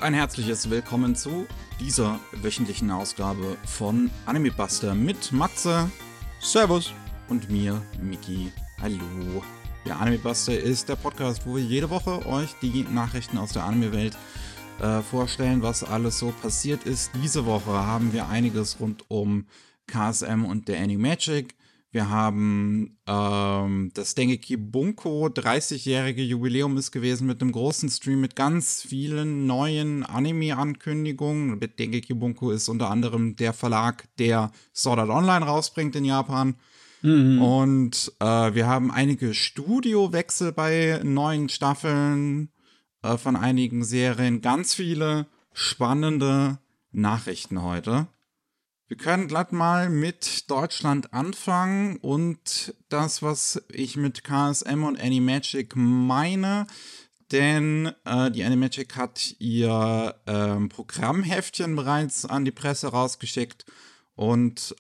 ein herzliches Willkommen zu dieser wöchentlichen Ausgabe von Anime Buster mit Matze. Servus. Und mir, Miki. Hallo. Ja, Anime Buster ist der Podcast, wo wir jede Woche euch die Nachrichten aus der Anime-Welt vorstellen, was alles so passiert ist. Diese Woche haben wir einiges rund um KSM und der Animagic. Wir haben das Dengeki Bunko 30-jährige Jubiläum ist gewesen mit einem großen Stream mit ganz vielen neuen Anime-Ankündigungen. Dengeki Bunko ist unter anderem der Verlag, der Sword Art Online rausbringt in Japan. Und wir haben einige Studiowechsel bei neuen Staffeln von einigen Serien. Ganz viele spannende Nachrichten heute. Wir können glatt mal mit Deutschland anfangen und das, was ich mit KSM und Animagic meine, denn die Animagic hat ihr Programmheftchen bereits an die Presse rausgeschickt und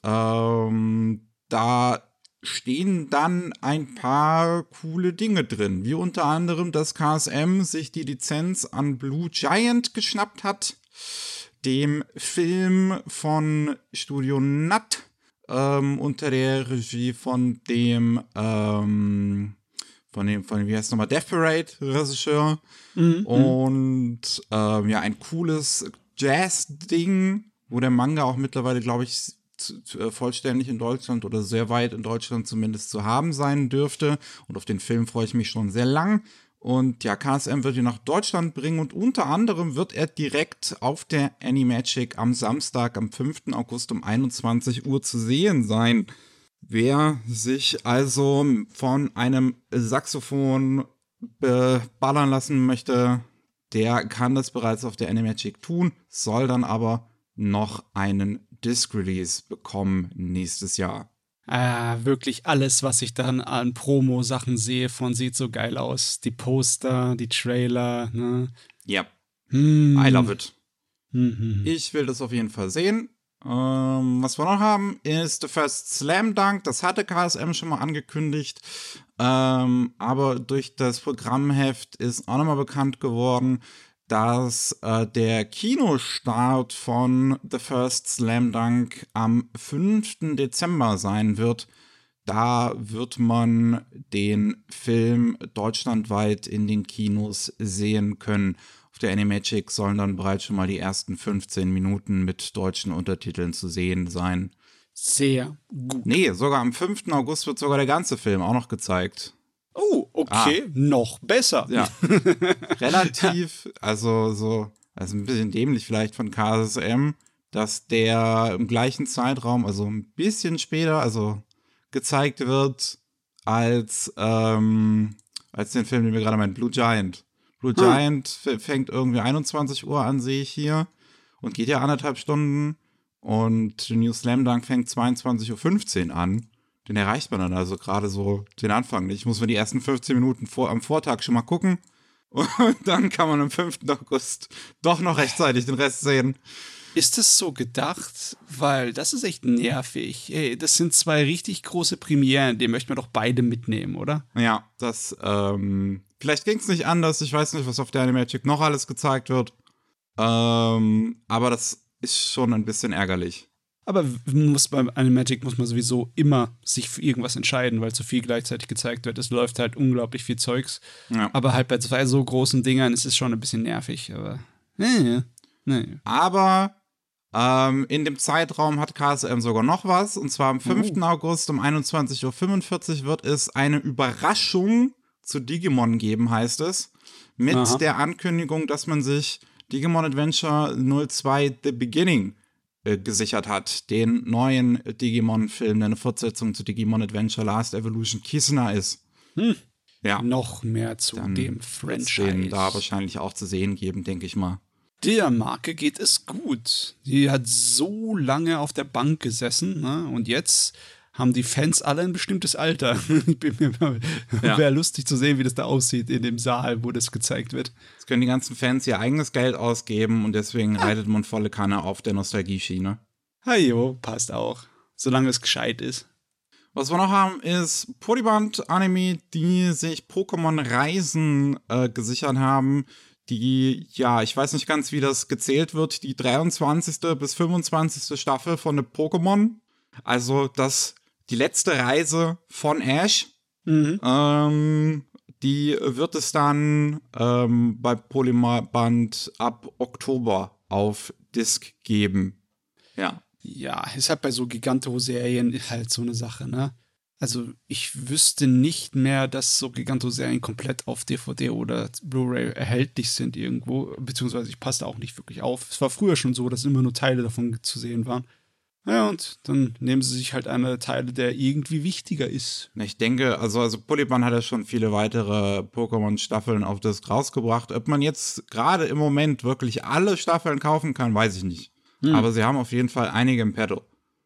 da stehen dann ein paar coole Dinge drin, wie unter anderem, dass KSM sich die Lizenz an Blue Giant geschnappt hat, dem Film von Studio Nut unter der Regie von dem wie heißt nochmal, Death Parade Regisseur und ja, ein cooles Jazz-Ding, wo der Manga auch mittlerweile, glaube ich, vollständig in Deutschland oder sehr weit in Deutschland zumindest zu haben sein dürfte. Und auf den Film freue ich mich schon sehr lang. Und ja, KSM wird ihn nach Deutschland bringen und unter anderem wird er direkt auf der Animagic am Samstag, am 5. August um 21 Uhr zu sehen sein. Wer sich also von einem Saxophon beballern lassen möchte, der kann das bereits auf der Animagic tun, soll dann aber noch einen Disc-Release bekommen nächstes Jahr. Wirklich alles, was ich dann an Promo-Sachen sehe, sieht so geil aus. Die Poster, die Trailer, ne? Ja, I love it. Ich will das auf jeden Fall sehen. Was wir noch haben, ist The First Slam Dunk. Das hatte KSM schon mal angekündigt. Aber durch das Programmheft ist auch nochmal bekannt geworden, dass der Kinostart von The First Slam Dunk am 5. Dezember sein wird. Da wird man den Film deutschlandweit in den Kinos sehen können. Auf der Animagic sollen dann bereits schon mal die ersten 15 Minuten mit deutschen Untertiteln zu sehen sein. Sehr gut. Nee, sogar am 5. August wird sogar der ganze Film auch noch gezeigt. Oh, okay, noch besser. Ja, relativ, also ein bisschen dämlich vielleicht von KSM, dass der im gleichen Zeitraum, also ein bisschen später, also gezeigt wird als den Film, den wir gerade meinen, Blue Giant. Blue Giant fängt irgendwie 21 Uhr an, sehe ich hier, und geht ja 1,5 Stunden und The New Slam Dunk fängt 22:15 Uhr an. Den erreicht man dann also gerade so den Anfang nicht. Ich muss mir die ersten 15 Minuten am Vortag schon mal gucken. Und dann kann man am 5. August doch noch rechtzeitig den Rest sehen. Ist es so gedacht? Weil das ist echt nervig. Ey, das sind zwei richtig große Premieren. Die möchten wir doch beide mitnehmen, oder? Ja, das, vielleicht ging es nicht anders. Ich weiß nicht, was auf der Animagic noch alles gezeigt wird. Aber das ist schon ein bisschen ärgerlich. Aber beim Animagic muss man sowieso immer sich für irgendwas entscheiden, weil zu viel gleichzeitig gezeigt wird. Es läuft halt unglaublich viel Zeugs. Ja. Aber halt bei zwei so großen Dingern ist es schon ein bisschen nervig. Aber nee. Aber in dem Zeitraum hat KSM sogar noch was. Und zwar am 5. August um 21:45 Uhr wird es eine Überraschung zu Digimon geben, heißt es. Mit der Ankündigung, dass man sich Digimon Adventure 02 The Beginning gesichert hat, den neuen Digimon-Film, der eine Fortsetzung zu Digimon Adventure Last Evolution Kisuna ist. Ja. Noch mehr zu dann dem Franchise. Den da wahrscheinlich auch zu sehen geben, denke ich mal. Der Marke geht es gut. Die hat so lange auf der Bank gesessen, ne? Und jetzt haben die Fans alle ein bestimmtes Alter. Wäre lustig zu sehen, wie das da aussieht in dem Saal, wo das gezeigt wird. Jetzt können die ganzen Fans ihr eigenes Geld ausgeben und deswegen reitet man volle Kanne auf der Nostalgie-Schiene. Jo, passt auch. Solange es gescheit ist. Was wir noch haben, ist Polyband Anime, die sich Pokémon Reisen gesichert haben. ich weiß nicht ganz, wie das gezählt wird, die 23. bis 25. Staffel von The Pokémon. Also die letzte Reise von Ash. Mhm. Die wird es dann bei Polyband ab Oktober auf Disc geben. Ja. Ja, ist halt bei so Giganto-Serien halt so eine Sache, ne? Also ich wüsste nicht mehr, dass so Giganto-Serien komplett auf DVD oder Blu-ray erhältlich sind irgendwo, beziehungsweise ich passe da auch nicht wirklich auf. Es war früher schon so, dass immer nur Teile davon zu sehen waren. Ja, und dann nehmen sie sich halt eine Teile, der irgendwie wichtiger ist. Ich denke, also Polyban hat ja schon viele weitere Pokémon-Staffeln auf Disc rausgebracht. Ob man jetzt gerade im Moment wirklich alle Staffeln kaufen kann, weiß ich nicht. Aber sie haben auf jeden Fall einige im Petto.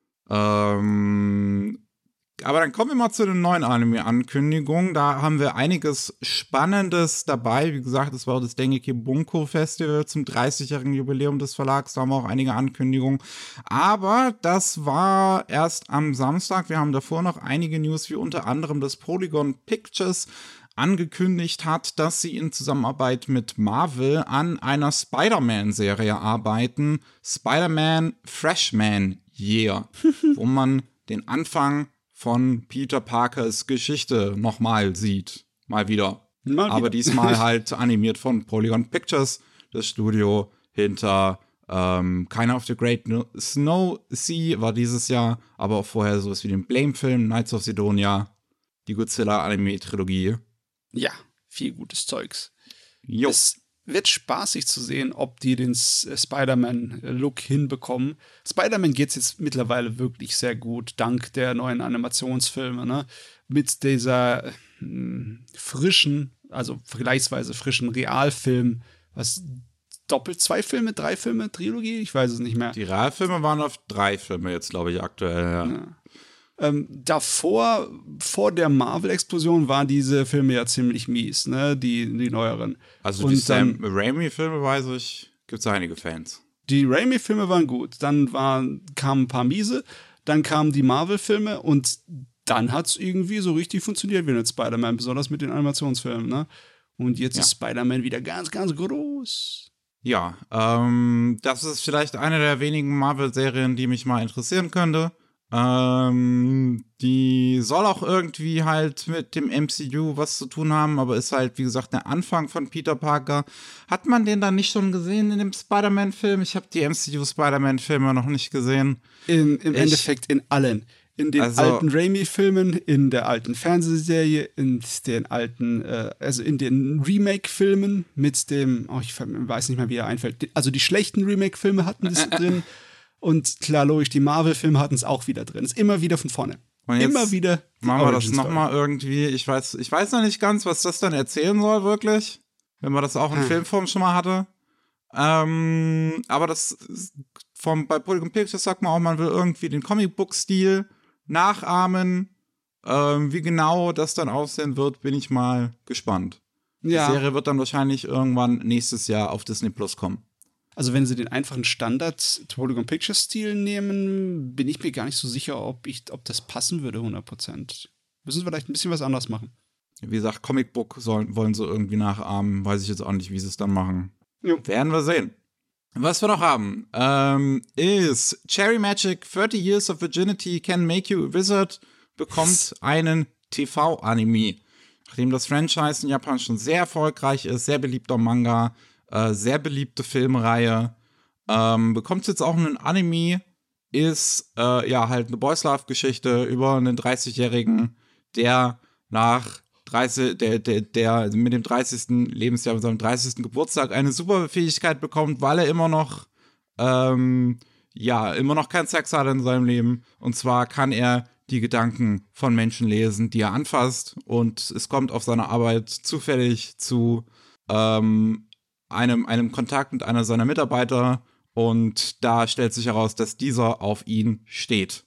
Aber dann kommen wir mal zu den neuen Anime-Ankündigungen. Da haben wir einiges Spannendes dabei. Wie gesagt, es war das Dengeki Bunko Festival zum 30-jährigen Jubiläum des Verlags. Da haben wir auch einige Ankündigungen. Aber das war erst am Samstag. Wir haben davor noch einige News, wie unter anderem das Polygon Pictures angekündigt hat, dass sie in Zusammenarbeit mit Marvel an einer Spider-Man-Serie arbeiten. Spider-Man Freshman Year, wo man den Anfang von Peter Parkers Geschichte nochmal sieht. Mal wieder. Aber diesmal halt animiert von Polygon Pictures, das Studio hinter Kind of the Great Snow Sea war dieses Jahr, aber auch vorher sowas wie den Blame-Film, Knights of Sidonia, die Godzilla-Anime-Trilogie. Ja, viel gutes Zeugs. Jo. Es wird spaßig zu sehen, ob die den Spider-Man-Look hinbekommen. Spider-Man geht es jetzt mittlerweile wirklich sehr gut, dank der neuen Animationsfilme, ne? Mit dieser frischen, also vergleichsweise frischen Realfilm, was doppelt 2 Filme, 3 Filme, Trilogie, ich weiß es nicht mehr. Die Realfilme waren auf 3 Filme jetzt, glaube ich, aktuell, ja. Davor, vor der Marvel-Explosion, waren diese Filme ja ziemlich mies, ne? Die neueren. Also die Sam Raimi-Filme, weiß ich, gibt es einige Fans. Die Raimi-Filme waren gut. Dann kamen ein paar miese, dann kamen die Marvel-Filme und dann hat es irgendwie so richtig funktioniert wie mit Spider-Man, besonders mit den Animationsfilmen, ne? Und jetzt ist Spider-Man wieder ganz, ganz groß. Ja, das ist vielleicht eine der wenigen Marvel-Serien, die mich mal interessieren könnte. Die soll auch irgendwie halt mit dem MCU was zu tun haben, aber ist halt, wie gesagt, der Anfang von Peter Parker. Hat man den dann nicht schon gesehen in dem Spider-Man-Film? Ich habe die MCU-Spider-Man-Filme noch nicht gesehen. Im Endeffekt in allen. In den alten Raimi-Filmen, in der alten Fernsehserie, in den alten, also in den Remake-Filmen mit dem, ich weiß nicht mehr, wie er einfällt. Also die schlechten Remake-Filme hatten das drin. Und klar, logisch, die Marvel-Filme hatten es auch wieder drin. Ist immer wieder von vorne. Und immer wieder. Machen wir das nochmal irgendwie. Ich weiß noch nicht ganz, was das dann erzählen soll, wirklich. Wenn man das auch in Filmform schon mal hatte. Aber das bei Polygon Pictures sagt man auch, man will irgendwie den Comicbook-Stil nachahmen. Wie genau das dann aussehen wird, bin ich mal gespannt. Ja. Die Serie wird dann wahrscheinlich irgendwann nächstes Jahr auf Disney Plus kommen. Also wenn sie den einfachen Standard Polygon Pictures Stil nehmen, bin ich mir gar nicht so sicher, ob das passen würde 100%. Müssen sie vielleicht ein bisschen was anderes machen. Wie gesagt, Comicbook wollen sie irgendwie nachahmen. Weiß ich jetzt auch nicht, wie sie es dann machen. Jo. Werden wir sehen. Was wir noch haben, ist Cherry Magic 30 Years of Virginity Can Make You a Wizard bekommt einen TV-Anime. Nachdem das Franchise in Japan schon sehr erfolgreich ist, sehr beliebter Manga, sehr beliebte Filmreihe. Bekommt jetzt auch einen Anime, ist halt eine Boys Love Geschichte über einen 30-Jährigen, der der mit dem 30. Lebensjahr, mit seinem 30. Geburtstag eine Superfähigkeit bekommt, weil er immer noch keinen Sex hat in seinem Leben. Und zwar kann er die Gedanken von Menschen lesen, die er anfasst. Und es kommt auf seiner Arbeit zufällig zu einem Kontakt mit einer seiner Mitarbeiter und da stellt sich heraus, dass dieser auf ihn steht.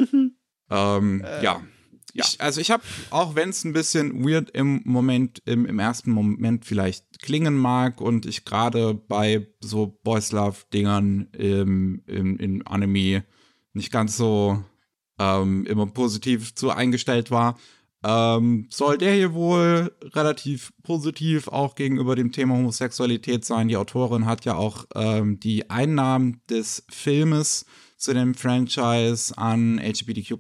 Ich habe, auch wenn es ein bisschen weird im ersten Moment vielleicht klingen mag und ich gerade bei so Boys Love-Dingern in Anime nicht ganz so immer positiv zu eingestellt war, soll der hier wohl relativ positiv auch gegenüber dem Thema Homosexualität sein. Die Autorin hat ja auch die Einnahmen des Filmes zu dem Franchise an LGBTQ+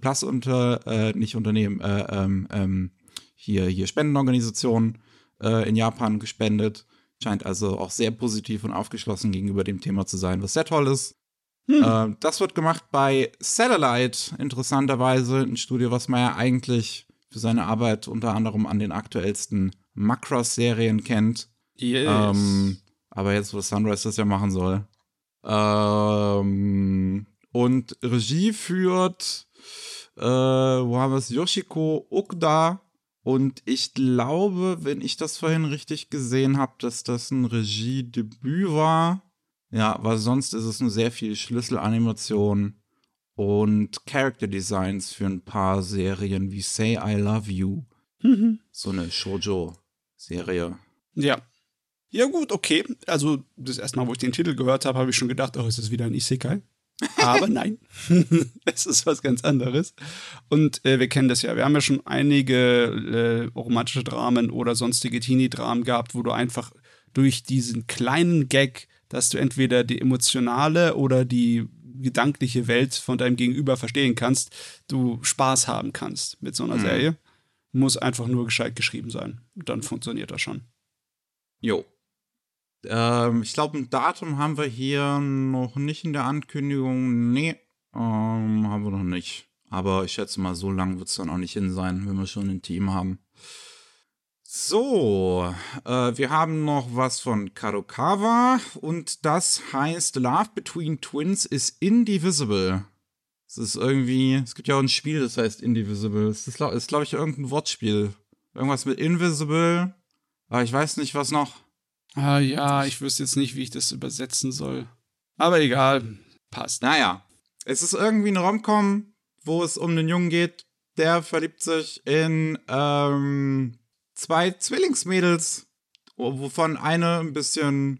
hier Spendenorganisationen in Japan gespendet. Scheint also auch sehr positiv und aufgeschlossen gegenüber dem Thema zu sein, was sehr toll ist. Das wird gemacht bei Satellite, interessanterweise, ein Studio, was man ja eigentlich für seine Arbeit unter anderem an den aktuellsten Macross-Serien kennt. Yes. Aber jetzt, wo Sunrise das ja machen soll. Und Regie führt, wo haben wir es? Yoshiko Okuda. Und ich glaube, wenn ich das vorhin richtig gesehen habe, dass das ein Regiedebüt war. Ja, weil sonst ist es nur sehr viel Schlüsselanimation und Character Designs für ein paar Serien wie Say I Love You. So eine Shoujo-Serie. Ja. Ja gut, okay. Also das erste Mal, wo ich den Titel gehört habe, habe ich schon gedacht, oh, ist das wieder ein Isekai? Aber nein, es ist was ganz anderes. Und wir kennen das ja. Wir haben ja schon einige romantische Dramen oder sonstige Teenie-Dramen gehabt, wo du einfach durch diesen kleinen Gag, dass du entweder die emotionale oder die gedankliche Welt von deinem Gegenüber verstehen kannst, du Spaß haben kannst mit so einer Serie. Muss einfach nur gescheit geschrieben sein. Dann funktioniert das schon. Jo. Ich glaube, ein Datum haben wir hier noch nicht in der Ankündigung. Nee, haben wir noch nicht. Aber ich schätze mal, so lang wird es dann auch nicht hin sein, wenn wir schon ein Team haben. So, wir haben noch was von Kadokawa und das heißt Love Between Twins is Indivisible. Es ist irgendwie, es gibt ja auch ein Spiel, das heißt Indivisible. Es ist, glaube ich, irgendein Wortspiel. Irgendwas mit Invisible, aber ich weiß nicht, was noch. Ah ja, ich wüsste jetzt nicht, wie ich das übersetzen soll. Aber egal, passt. Naja, es ist irgendwie ein Rom-Com, wo es um einen Jungen geht, der verliebt sich in zwei Zwillingsmädels, wovon eine ein bisschen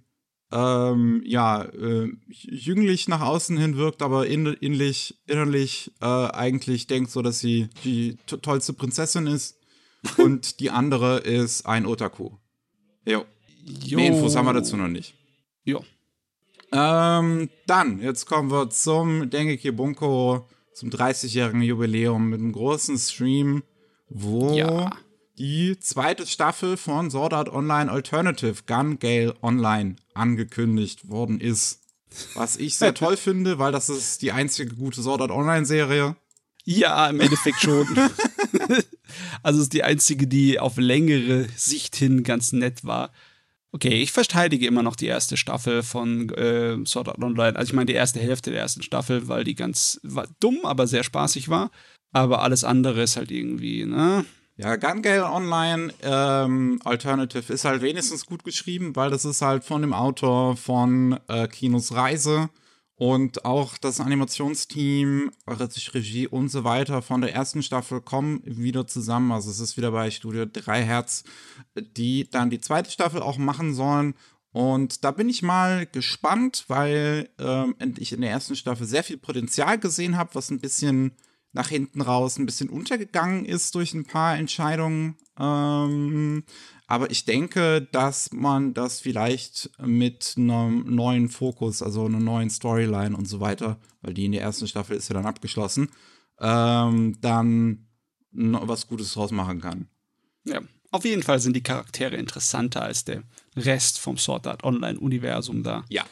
jünglich nach außen hin wirkt, aber innerlich eigentlich denkt so, dass sie die tollste Prinzessin ist. Und die andere ist ein Otaku. Jo. Mehr Infos haben wir dazu noch nicht. Jo. Dann, jetzt kommen wir zum Dengeki Bunko, zum 30-jährigen Jubiläum mit einem großen Stream, wo die zweite Staffel von Sword Art Online Alternative Gun Gale Online angekündigt worden ist. Was ich sehr toll finde, weil das ist die einzige gute Sword Art Online Serie. Ja, im Endeffekt schon. Also es ist die einzige, die auf längere Sicht hin ganz nett war. Okay, ich verteidige immer noch die erste Staffel von Sword Art Online. Also ich meine die erste Hälfte der ersten Staffel, weil die war dumm, aber sehr spaßig war. Aber alles andere ist halt irgendwie, ne? Ja, Gun Gale Online Alternative ist halt wenigstens gut geschrieben, weil das ist halt von dem Autor von Kinos Reise und auch das Animationsteam, Regie und so weiter von der ersten Staffel kommen wieder zusammen. Also es ist wieder bei Studio 3 Hertz, die dann die zweite Staffel auch machen sollen. Und da bin ich mal gespannt, weil ich in der ersten Staffel sehr viel Potenzial gesehen habe, was ein bisschen nach hinten raus ein bisschen untergegangen ist durch ein paar Entscheidungen. Aber ich denke, dass man das vielleicht mit einem neuen Fokus, also einer neuen Storyline und so weiter, weil die in der ersten Staffel ist ja dann abgeschlossen, dann noch was Gutes draus machen kann. Ja, auf jeden Fall sind die Charaktere interessanter als der Rest vom Sword Art Online-Universum da. Ja.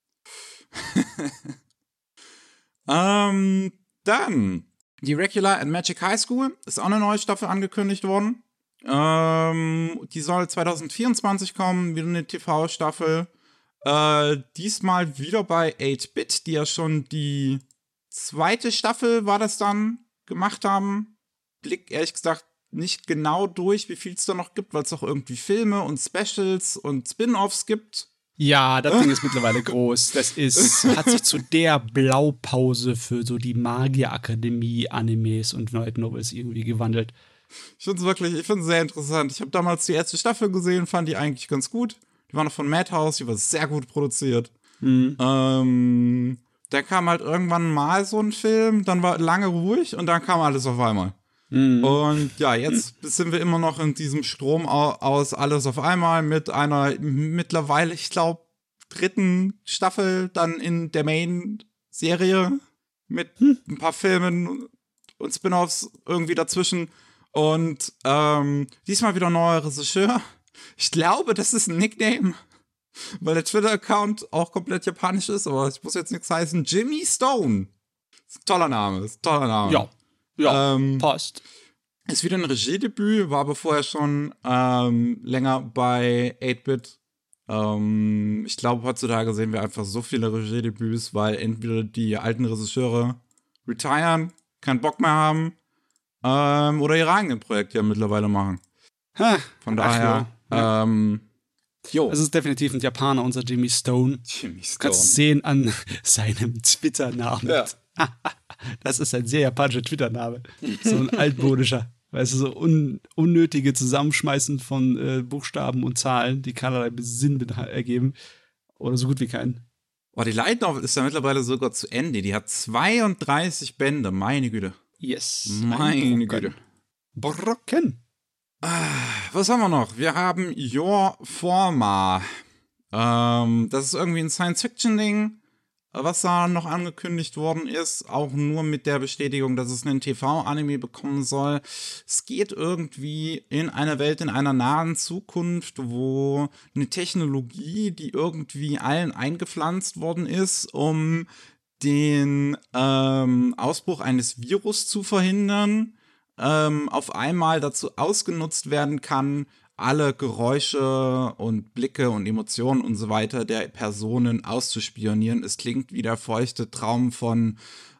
Dann die Regular and Magic High School ist auch eine neue Staffel angekündigt worden. Die soll 2024 kommen, wieder eine TV-Staffel. Diesmal wieder bei 8-Bit, die ja schon die zweite Staffel, war das dann, gemacht haben. Blick ehrlich gesagt nicht genau durch, wie viel es da noch gibt, weil es auch irgendwie Filme und Specials und Spin-Offs gibt. Ja, das Ding ist mittlerweile groß. Das hat sich zu der Blaupause für so die Magierakademie-Animes und Light Novels irgendwie gewandelt. Ich finde es sehr interessant. Ich habe damals die erste Staffel gesehen, fand die eigentlich ganz gut. Die war noch von Madhouse, die war sehr gut produziert. Da kam halt irgendwann mal so ein Film, dann war lange ruhig und dann kam alles auf einmal. Und ja, jetzt sind wir immer noch in diesem Strom aus alles auf einmal mit einer mittlerweile, ich glaube, 3. Staffel dann in der Main-Serie mit ein paar Filmen und Spin-offs irgendwie dazwischen. Und diesmal wieder neuer Regisseur. Ich glaube, das ist ein Nickname, weil der Twitter-Account auch komplett japanisch ist, aber ich muss jetzt nichts heißen. Jimmy Stone. Toller Name. Ja, passt. Ist wieder ein Regiedebüt, war aber vorher schon länger bei 8-Bit. Ich glaube, heutzutage sehen wir einfach so viele Regiedebüts, weil entweder die alten Regisseure retiren, keinen Bock mehr haben, oder ihre eigenen Projekte ja mittlerweile machen. Von daher, es ist definitiv ein Japaner, unser Jimmy Stone. Du kannst es sehen an seinem Twitter-Namen. Ja. Das ist ein sehr japanischer Twitter-Name. So ein altmodischer. Weißt du, so unnötige Zusammenschmeißen von Buchstaben und Zahlen, die keinerlei Sinn ergeben. Oder so gut wie keinen. Oh, die Light Novel ist ja mittlerweile sogar zu Ende. Die hat 32 Bände, meine Güte. Yes. Meine Güte. Brocken. Was haben wir noch? Wir haben Your Forma. Das ist irgendwie ein Science-Fiction-Ding, was da noch angekündigt worden ist, auch nur mit der Bestätigung, dass es einen TV-Anime bekommen soll. Es geht irgendwie in einer Welt, in einer nahen Zukunft, wo eine Technologie, die irgendwie allen eingepflanzt worden ist, um den Ausbruch eines Virus zu verhindern, auf einmal dazu ausgenutzt werden kann, alle Geräusche und Blicke und Emotionen und so weiter der Personen auszuspionieren. Es klingt wie der feuchte Traum von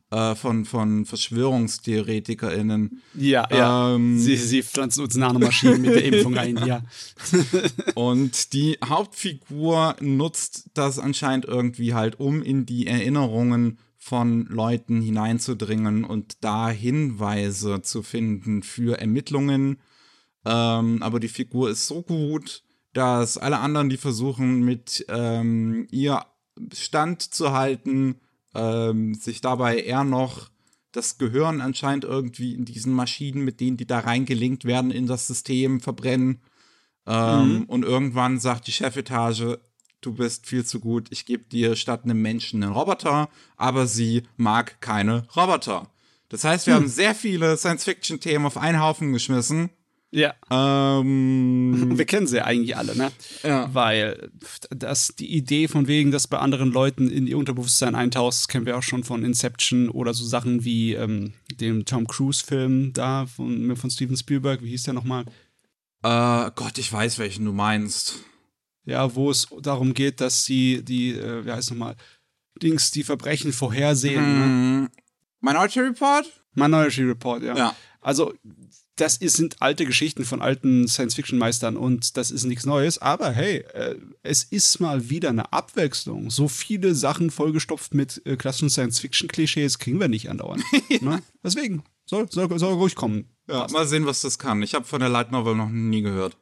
VerschwörungstheoretikerInnen. Ja. Sie pflanzen uns Nanomaschinen mit der Impfung ein, ja. Und die Hauptfigur nutzt das anscheinend irgendwie halt, um in die Erinnerungen von Leuten hineinzudringen und da Hinweise zu finden für Ermittlungen. Aber die Figur ist so gut, dass alle anderen, die versuchen, mit ihr Stand zu halten, sich dabei eher noch das Gehirn anscheinend irgendwie in diesen Maschinen, mit denen die da reingelinkt werden, in das System verbrennen. Und irgendwann sagt die Chefetage, du bist viel zu gut, ich gebe dir statt einem Menschen einen Roboter, aber sie mag keine Roboter. Das heißt, wir haben sehr viele Science-Fiction-Themen auf einen Haufen geschmissen. Ja. Wir kennen sie ja eigentlich alle, ne? Ja. Weil die Idee von wegen, dass bei anderen Leuten in ihr Unterbewusstsein eintaucht, kennen wir auch schon von Inception oder so Sachen wie dem Tom Cruise-Film da von Steven Spielberg. Wie hieß der nochmal? Gott, ich weiß, welchen du meinst. Ja, wo es darum geht, dass sie die Verbrechen vorhersehen. Ne? Minority Report? Minority Report, ja. Also sind alte Geschichten von alten Science-Fiction-Meistern und das ist nichts Neues, aber hey, es ist mal wieder eine Abwechslung. So viele Sachen vollgestopft mit klassischen Science-Fiction-Klischees kriegen wir nicht andauernd. Ne? Deswegen, soll ruhig kommen. Ja, mal sehen, was das kann. Ich habe von der Light Novel noch nie gehört.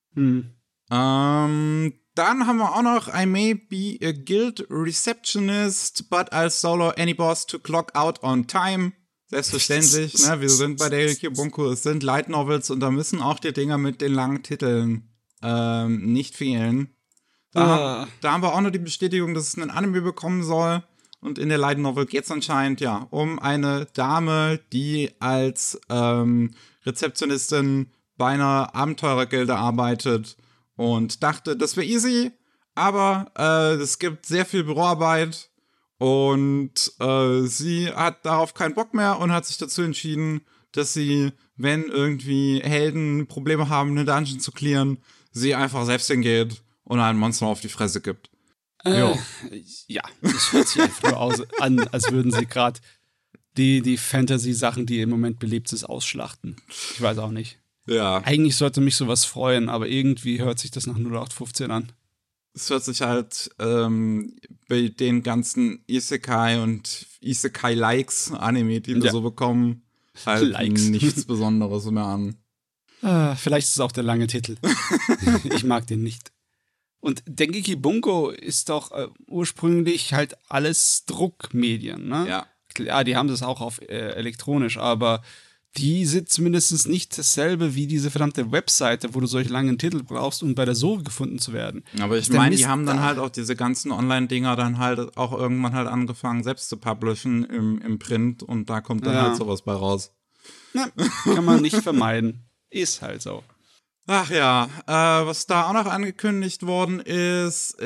Dann haben wir auch noch I may be a guild receptionist, but I'll solo any boss to clock out on time. Selbstverständlich, ne? Wir sind bei der Kibunko, es sind Light Novels und da müssen auch die Dinger mit den langen Titeln nicht fehlen. Da haben wir auch noch die Bestätigung, dass es einen Anime bekommen soll. Und in der Light Novel geht es anscheinend ja um eine Dame, die als Rezeptionistin bei einer Abenteurergilde arbeitet und dachte, das wäre easy, aber es gibt sehr viel Büroarbeit und sie hat darauf keinen Bock mehr und hat sich dazu entschieden, dass sie, wenn irgendwie Helden Probleme haben, eine Dungeon zu clearen, sie einfach selbst hingeht und ein Monster auf die Fresse gibt. Ja, das hört sich einfach nur an, als würden sie gerade die Fantasy-Sachen, die im Moment beliebt sind, ausschlachten. Ich weiß auch nicht. Ja. Eigentlich sollte mich sowas freuen, aber irgendwie hört sich das nach 0815 an. Es hört sich halt bei den ganzen Isekai und Isekai-Likes Anime, die wir so bekommen, halt nichts Besonderes mehr an. Vielleicht ist es auch der lange Titel. Ich mag den nicht. Und Dengeki Bunko ist doch ursprünglich halt alles Druckmedien, ne? Ja. Klar, die haben das auch auf elektronisch, aber die sind zumindest nicht dasselbe wie diese verdammte Webseite, wo du solch langen Titel brauchst, um bei der Suche gefunden zu werden. Aber ich meine, die haben dann halt auch diese ganzen Online-Dinger dann halt auch irgendwann halt angefangen, selbst zu publishen im Print und da kommt dann halt sowas bei raus. Na, kann man nicht vermeiden. Ist halt so. Ach ja, was da auch noch angekündigt worden ist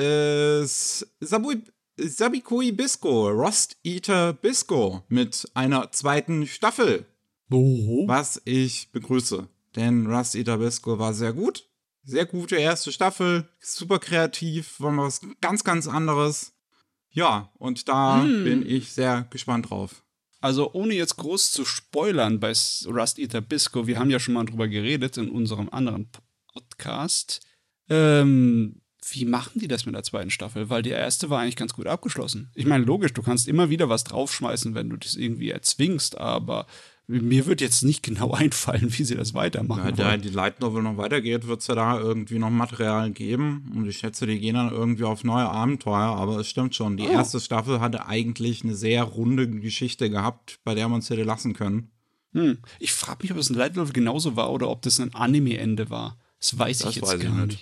Sabikui Bisco, Rust Eater Bisco mit einer zweiten Staffel. Was ich begrüße. Denn Rust Eater Bisco war sehr gut. Sehr gute erste Staffel. Super kreativ. War mal was ganz, ganz anderes. Ja, und da bin ich sehr gespannt drauf. Also ohne jetzt groß zu spoilern bei Rust Eater Bisco, wir haben ja schon mal drüber geredet in unserem anderen Podcast. Wie machen die das mit der zweiten Staffel? Weil die erste war eigentlich ganz gut abgeschlossen. Ich meine, logisch, du kannst immer wieder was draufschmeißen, wenn du das irgendwie erzwingst, aber mir wird jetzt nicht genau einfallen, wie sie das weitermachen. Da die Light Novel noch weitergeht, wird es ja da irgendwie noch Material geben. Und ich schätze, die gehen dann irgendwie auf neue Abenteuer. Aber es stimmt schon, die erste Staffel hatte eigentlich eine sehr runde Geschichte gehabt, bei der man es hätte lassen können. Ich frage mich, ob es ein Light Novel genauso war oder ob das ein Anime-Ende war. Das weiß ich jetzt gar nicht.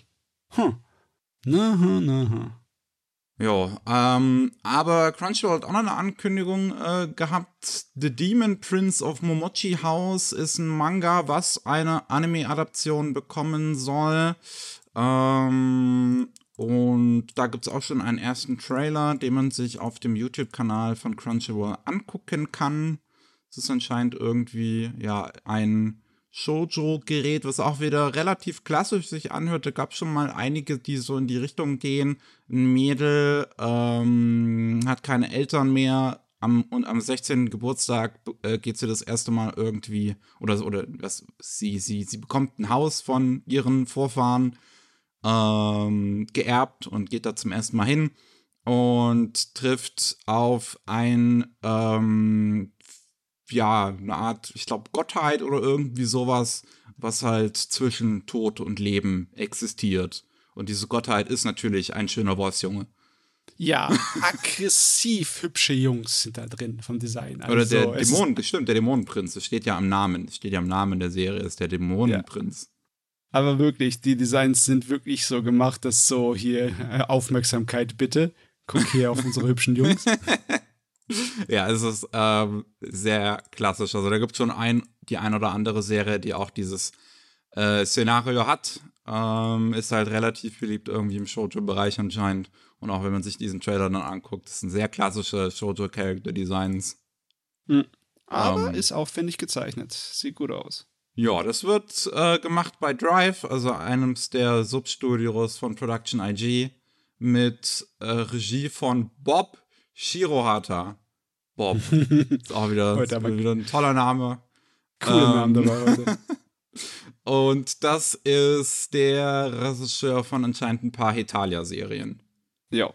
Ja, aber Crunchyroll hat auch noch eine Ankündigung gehabt. The Demon Prince of Momochi House ist ein Manga, was eine Anime-Adaption bekommen soll. Und da gibt es auch schon einen ersten Trailer, den man sich auf dem YouTube-Kanal von Crunchyroll angucken kann. Es ist anscheinend irgendwie, ja, ein Shoujo-Gerät, was auch wieder relativ klassisch sich anhört. Da gab es schon mal einige, die so in die Richtung gehen. Ein Mädel hat keine Eltern mehr und am 16. Geburtstag geht sie das erste Mal irgendwie, sie bekommt ein Haus von ihren Vorfahren geerbt und geht da zum ersten Mal hin und trifft auf eine Art, ich glaube, Gottheit oder irgendwie sowas, was halt zwischen Tod und Leben existiert. Und diese Gottheit ist natürlich ein schöner Wolfsjunge. Ja, aggressiv hübsche Jungs sind da drin vom Design. Also oder der Dämonen, das stimmt, der Dämonenprinz, das steht ja am Namen. Das steht ja am Namen der Serie, ist der Dämonenprinz. Ja. Aber wirklich, die Designs sind wirklich so gemacht, dass so hier Aufmerksamkeit bitte. Guck hier auf unsere hübschen Jungs. Ja, es ist sehr klassisch. Also da gibt es schon die ein oder andere Serie, die auch dieses Szenario hat. Ist halt relativ beliebt irgendwie im Shoujo-Bereich anscheinend. Und auch wenn man sich diesen Trailer dann anguckt, das sind sehr klassische Shoujo-Character-Designs. Aber ist aufwendig gezeichnet. Sieht gut aus. Ja, das wird gemacht bei Drive, also einem der Substudios von Production IG, mit Regie von Bob Shirohata. Bob. Ist auch wieder ein toller Name. Cooler Name dabei heute. Und das ist der Regisseur von anscheinend ein paar Hetalia-Serien. Jo.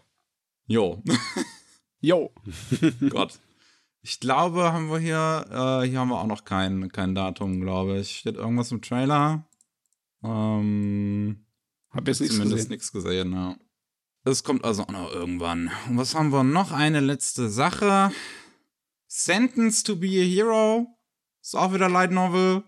Gott. Ich glaube, haben wir hier haben wir auch noch kein Datum, glaube ich. Steht irgendwas im Trailer? Hab jetzt zumindest nichts gesehen, ja. Es kommt also auch noch irgendwann. Und was haben wir noch? Eine letzte Sache. Sentenced to be a Hero. Ist auch wieder Light Novel.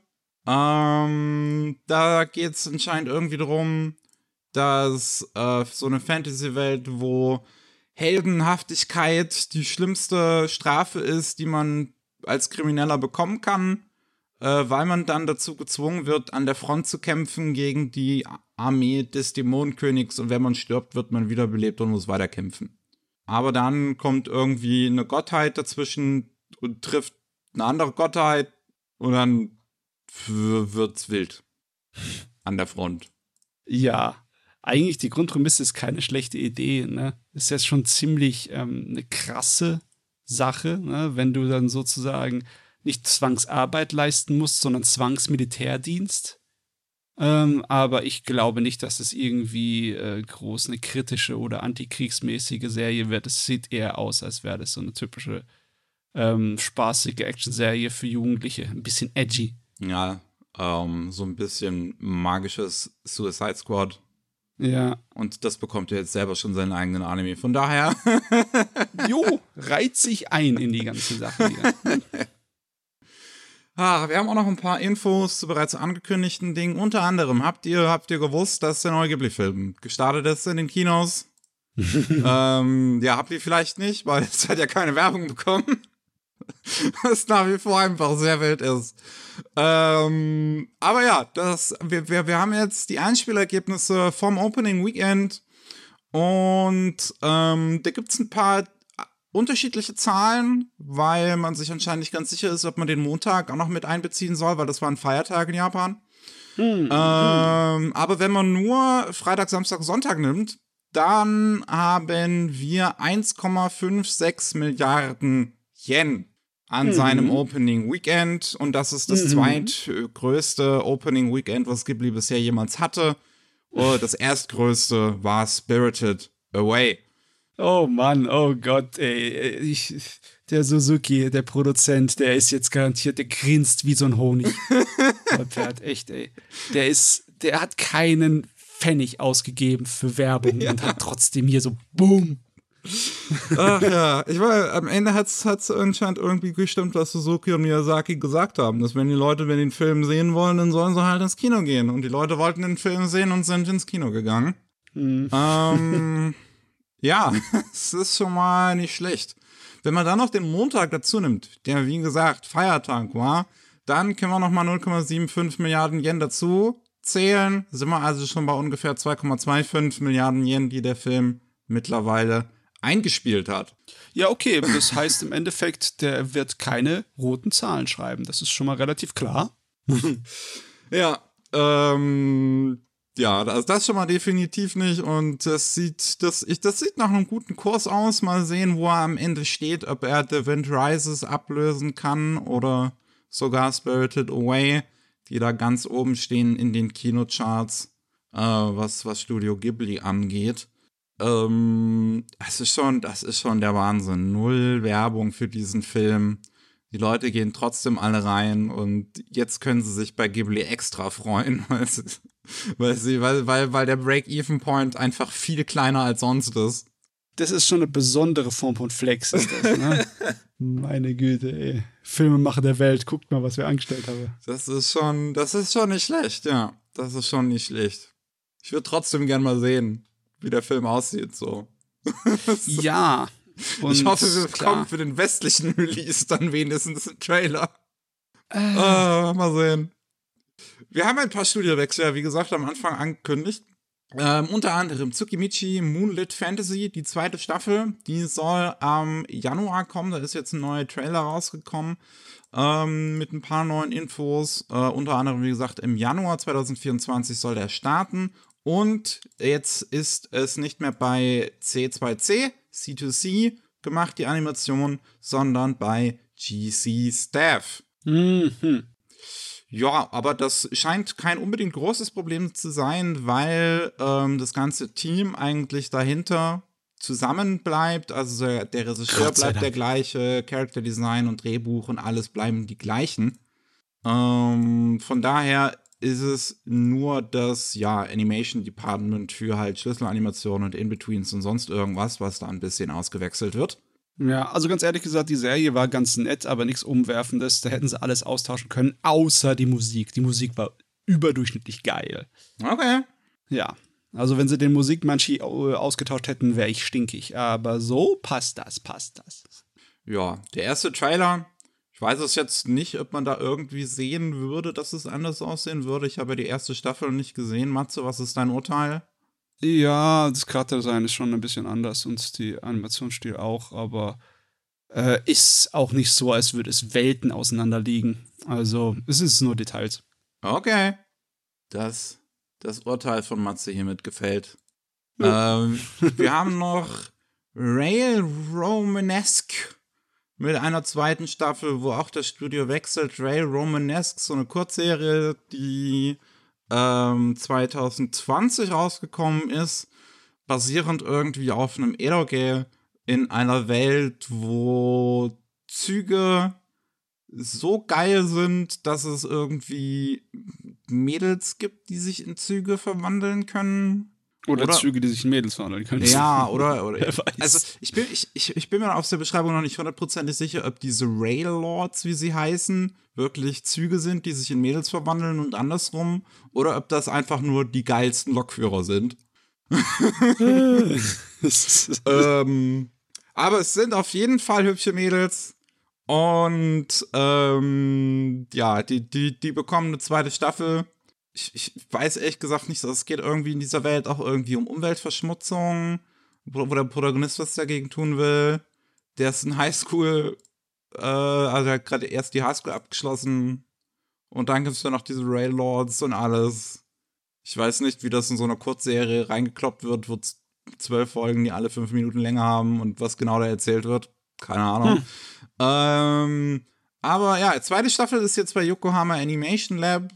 Da geht es anscheinend irgendwie darum, dass so eine Fantasy-Welt, wo Heldenhaftigkeit die schlimmste Strafe ist, die man als Krimineller bekommen kann, weil man dann dazu gezwungen wird, an der Front zu kämpfen gegen die Armee des Dämonenkönigs und wenn man stirbt, wird man wiederbelebt und muss weiterkämpfen. Aber dann kommt irgendwie eine Gottheit dazwischen und trifft eine andere Gottheit und dann wird's wild an der Front. Ja, eigentlich die Grundprämisse ist keine schlechte Idee, ne? Ist jetzt schon ziemlich eine krasse Sache, ne? Wenn du dann sozusagen nicht Zwangsarbeit leisten musst, sondern Zwangsmilitärdienst. Aber ich glaube nicht, dass es irgendwie groß eine kritische oder antikriegsmäßige Serie wird. Es sieht eher aus, als wäre das so eine typische spaßige Actionserie für Jugendliche. Ein bisschen edgy. Ja, so ein bisschen magisches Suicide Squad. Ja. Und das bekommt ja jetzt selber schon seinen eigenen Anime. Von daher. Jo, reiht sich ein in die ganze Sache hier. Wir haben auch noch ein paar Infos zu bereits angekündigten Dingen. Unter anderem, habt ihr gewusst, dass der neue Ghibli-Film gestartet ist in den Kinos? Habt ihr vielleicht nicht, weil es hat ja keine Werbung bekommen. Was nach wie vor einfach sehr wild ist. Aber ja, wir haben jetzt die Einspielergebnisse vom Opening Weekend und da gibt es ein paar unterschiedliche Zahlen, weil man sich anscheinend nicht ganz sicher ist, ob man den Montag auch noch mit einbeziehen soll, weil das war ein Feiertag in Japan. Aber wenn man nur Freitag, Samstag, Sonntag nimmt, dann haben wir 1,56 Milliarden Yen an seinem Opening Weekend. Und das ist das zweitgrößte Opening Weekend, was Ghibli bisher jemals hatte. Das erstgrößte war Spirited Away. Oh Mann, oh Gott, ey. Der Suzuki, der Produzent, der ist jetzt garantiert, der grinst wie so ein Honig. Gott, der hat echt, ey. Der hat keinen Pfennig ausgegeben für Werbung und hat trotzdem hier so Boom. Ach ja, ich meine, am Ende hat's anscheinend irgendwie gestimmt, was Suzuki und Miyazaki gesagt haben, dass wenn die Leute, den Film sehen wollen, dann sollen sie halt ins Kino gehen. Und die Leute wollten den Film sehen und sind ins Kino gegangen. Ja, es ist schon mal nicht schlecht. Wenn man dann noch den Montag dazu nimmt, der wie gesagt Feiertag war, dann können wir nochmal 0,75 Milliarden Yen dazu zählen. Sind wir also schon bei ungefähr 2,25 Milliarden Yen, die der Film mittlerweile eingespielt hat. Ja, okay, das heißt im Endeffekt, der wird keine roten Zahlen schreiben. Das ist schon mal relativ klar. Ja, also das schon mal definitiv nicht und das sieht nach einem guten Kurs aus. Mal sehen, wo er am Ende steht, ob er The Wind Rises ablösen kann oder sogar Spirited Away, die da ganz oben stehen in den Kinocharts, was Studio Ghibli angeht. Das ist schon der Wahnsinn. Null Werbung für diesen Film. Die Leute gehen trotzdem alle rein und jetzt können sie sich bei Ghibli extra freuen, weil der Break-Even-Point einfach viel kleiner als sonst ist. Das ist schon eine besondere Form von Flex, ist das, ne? Meine Güte, ey. Filmemacher der Welt, guckt mal, was wir angestellt haben. Das ist schon nicht schlecht, ja. Das ist schon nicht schlecht. Ich würde trotzdem gern mal sehen, wie der Film aussieht, so. Ja. Und ich hoffe, wir bekommen für den westlichen Release dann wenigstens einen Trailer. Mal sehen. Wir haben ein paar Studiowechsel, ja, wie gesagt, am Anfang angekündigt. Unter anderem Tsukimichi Moonlit Fantasy, die zweite Staffel, die soll am Januar kommen. Da ist jetzt ein neuer Trailer rausgekommen mit ein paar neuen Infos. Unter anderem, wie gesagt, im Januar 2024 soll der starten. Und jetzt ist es nicht mehr bei C2C gemacht, die Animation, sondern bei GC Staff. Ja, aber das scheint kein unbedingt großes Problem zu sein, weil das ganze Team eigentlich dahinter zusammen bleibt. Also der Regisseur bleibt der gleiche, Character Design und Drehbuch und alles bleiben die gleichen. Von daher ist es nur das Animation Department für halt Schlüsselanimationen und In-Betweens und sonst irgendwas, was da ein bisschen ausgewechselt wird. Ja, also ganz ehrlich gesagt, die Serie war ganz nett, aber nichts Umwerfendes. Da hätten sie alles austauschen können, außer die Musik. Die Musik war überdurchschnittlich geil. Okay. Ja, also wenn sie den Musikmanchi ausgetauscht hätten, wäre ich stinkig. Aber so passt das. Ja, der erste Trailer, ich weiß es jetzt nicht, ob man da irgendwie sehen würde, dass es anders aussehen würde. Ich habe ja die erste Staffel nicht gesehen. Matze, was ist dein Urteil? Ja, das Charakterdesign ist schon ein bisschen anders und die Animationsstil auch, aber ist auch nicht so, als würde es Welten auseinander liegen. Also, es ist nur Details. Okay. Das Urteil von Matze hiermit gefällt. Wir haben noch Rail Romanesque mit einer zweiten Staffel, wo auch das Studio wechselt. Rail Romanesque, so eine Kurzserie, die 2020 rausgekommen ist, basierend irgendwie auf einem Edoge in einer Welt, wo Züge so geil sind, dass es irgendwie Mädels gibt, die sich in Züge verwandeln können. Oder Züge, die sich in Mädels verwandeln können. Ja, oder also ich bin mir aus der Beschreibung noch nicht hundertprozentig sicher, ob diese Raillords, wie sie heißen, wirklich Züge sind, die sich in Mädels verwandeln und andersrum, oder ob das einfach nur die geilsten Lokführer sind. Aber es sind auf jeden Fall hübsche Mädels. Und ja, die bekommen eine zweite Staffel. Ich weiß ehrlich gesagt nicht, es geht irgendwie in dieser Welt auch irgendwie um Umweltverschmutzung, wo der Protagonist was dagegen tun will. Der ist in Highschool, also er hat gerade erst die Highschool abgeschlossen. Und dann gibt es ja noch diese Raillords und alles. Ich weiß nicht, wie das in so einer Kurzserie reingekloppt wird, wo 12 Folgen, die alle 5 Minuten länger haben und was genau da erzählt wird. Keine Ahnung. Aber ja, zweite Staffel ist jetzt bei Yokohama Animation Lab,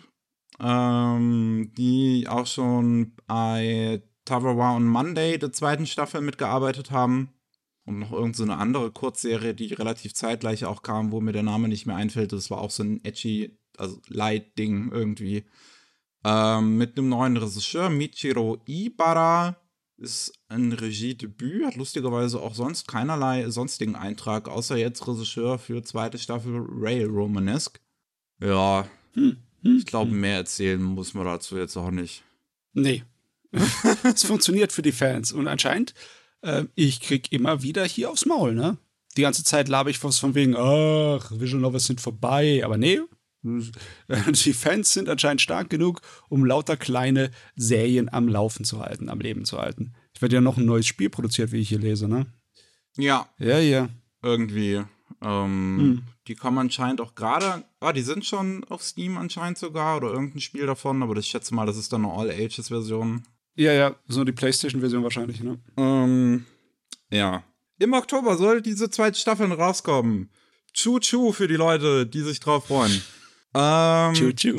die auch schon bei Tarawa und Monday der zweiten Staffel mitgearbeitet haben. Und noch irgend so eine andere Kurzserie, die relativ zeitgleich auch kam, wo mir der Name nicht mehr einfällt. Das war auch so ein edgy, also Light-Ding irgendwie. Mit einem neuen Regisseur, Michiro Ibara. Ist ein Regiedebüt, hat lustigerweise auch sonst keinerlei sonstigen Eintrag, außer jetzt Regisseur für zweite Staffel Rail Romanesque. Ja, ich glaube, mehr erzählen muss man dazu jetzt auch nicht. Nee. Es funktioniert für die Fans. Und anscheinend, ich krieg immer wieder hier aufs Maul, ne? Die ganze Zeit laber ich was von wegen, ach, Visual Novels sind vorbei. Aber nee, die Fans sind anscheinend stark genug, um lauter kleine Serien am Laufen zu halten, am Leben zu halten. Es wird ja noch ein neues Spiel produziert, wie ich hier lese, ne? Ja. Ja. Irgendwie. Die kommen anscheinend auch gerade, die sind schon auf Steam anscheinend sogar oder irgendein Spiel davon, aber ich schätze mal, das ist dann eine All-Ages-Version. Ja, so die PlayStation-Version wahrscheinlich, ne? Ja. Im Oktober soll diese zweite Staffel rauskommen. Chu-Chu für die Leute, die sich drauf freuen. Chu-Chu.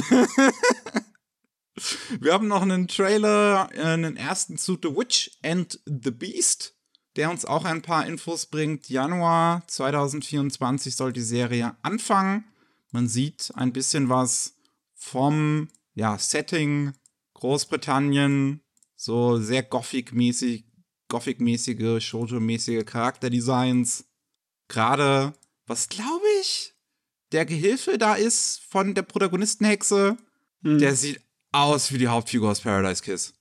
Wir haben noch einen Trailer, einen ersten zu The Witch and the Beast, der uns auch ein paar Infos bringt. Januar 2024 soll die Serie anfangen. Man sieht ein bisschen was vom Setting Großbritannien, so sehr Gothic-mäßige, Shoujo-mäßige Charakterdesigns. Gerade, was glaube ich, der Gehilfe da ist von der Protagonistenhexe, der sieht aus wie die Hauptfigur aus Paradise Kiss.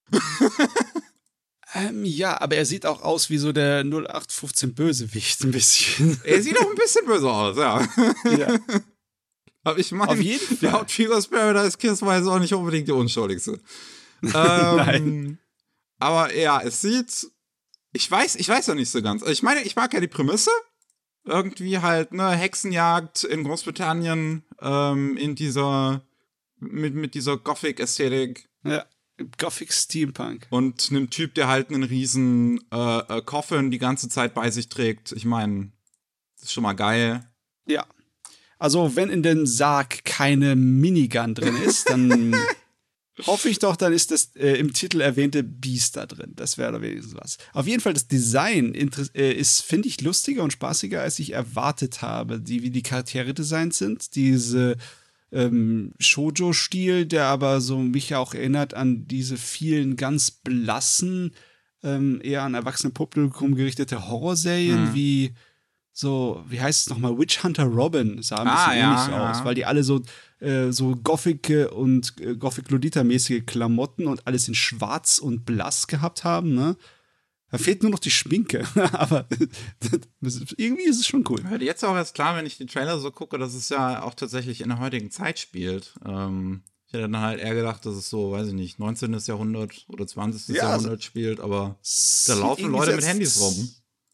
Ja, aber er sieht auch aus wie so der 0815 Bösewicht ein bisschen. Er sieht auch ein bisschen böse aus, ja. Aber ich meine, die Hauptfigur aus Paradise Kiss war jetzt auch nicht unbedingt die unschuldigste. Nein. Aber ja, es sieht, ich weiß ja nicht so ganz. Ich meine, ich mag ja die Prämisse. Irgendwie halt, ne, Hexenjagd in Großbritannien, in dieser, mit dieser Gothic-Ästhetik. Ja, Gothic Steampunk. Und einem Typ, der halt einen riesen Coffin die ganze Zeit bei sich trägt. Ich meine, das ist schon mal geil. Ja. Also, wenn in den Sarg keine Minigun drin ist, dann hoffe ich doch, dann ist das im Titel erwähnte Beast da drin. Das wäre doch wenigstens was. Auf jeden Fall, das Design ist, finde ich, lustiger und spaßiger, als ich erwartet habe. Wie die Charaktere designt sind. Diese Shoujo-Stil, der aber so mich auch erinnert an diese vielen ganz blassen, eher an erwachsene Publikum gerichtete Horrorserien wie wie heißt es nochmal, Witch Hunter Robin sah ein bisschen ähnlich aus, weil die alle so Gothic und Gothic-Lolita-mäßige Klamotten und alles in schwarz und blass gehabt haben, ne? Da fehlt nur noch die Schminke, aber irgendwie ist es schon cool. Hört jetzt auch erst klar, wenn ich die Trailer so gucke, dass es ja auch tatsächlich in der heutigen Zeit spielt. Ich hätte dann halt eher gedacht, dass es so, weiß ich nicht, 19. Jahrhundert oder 20. Jahrhundert spielt, aber da laufen Leute mit Handys rum.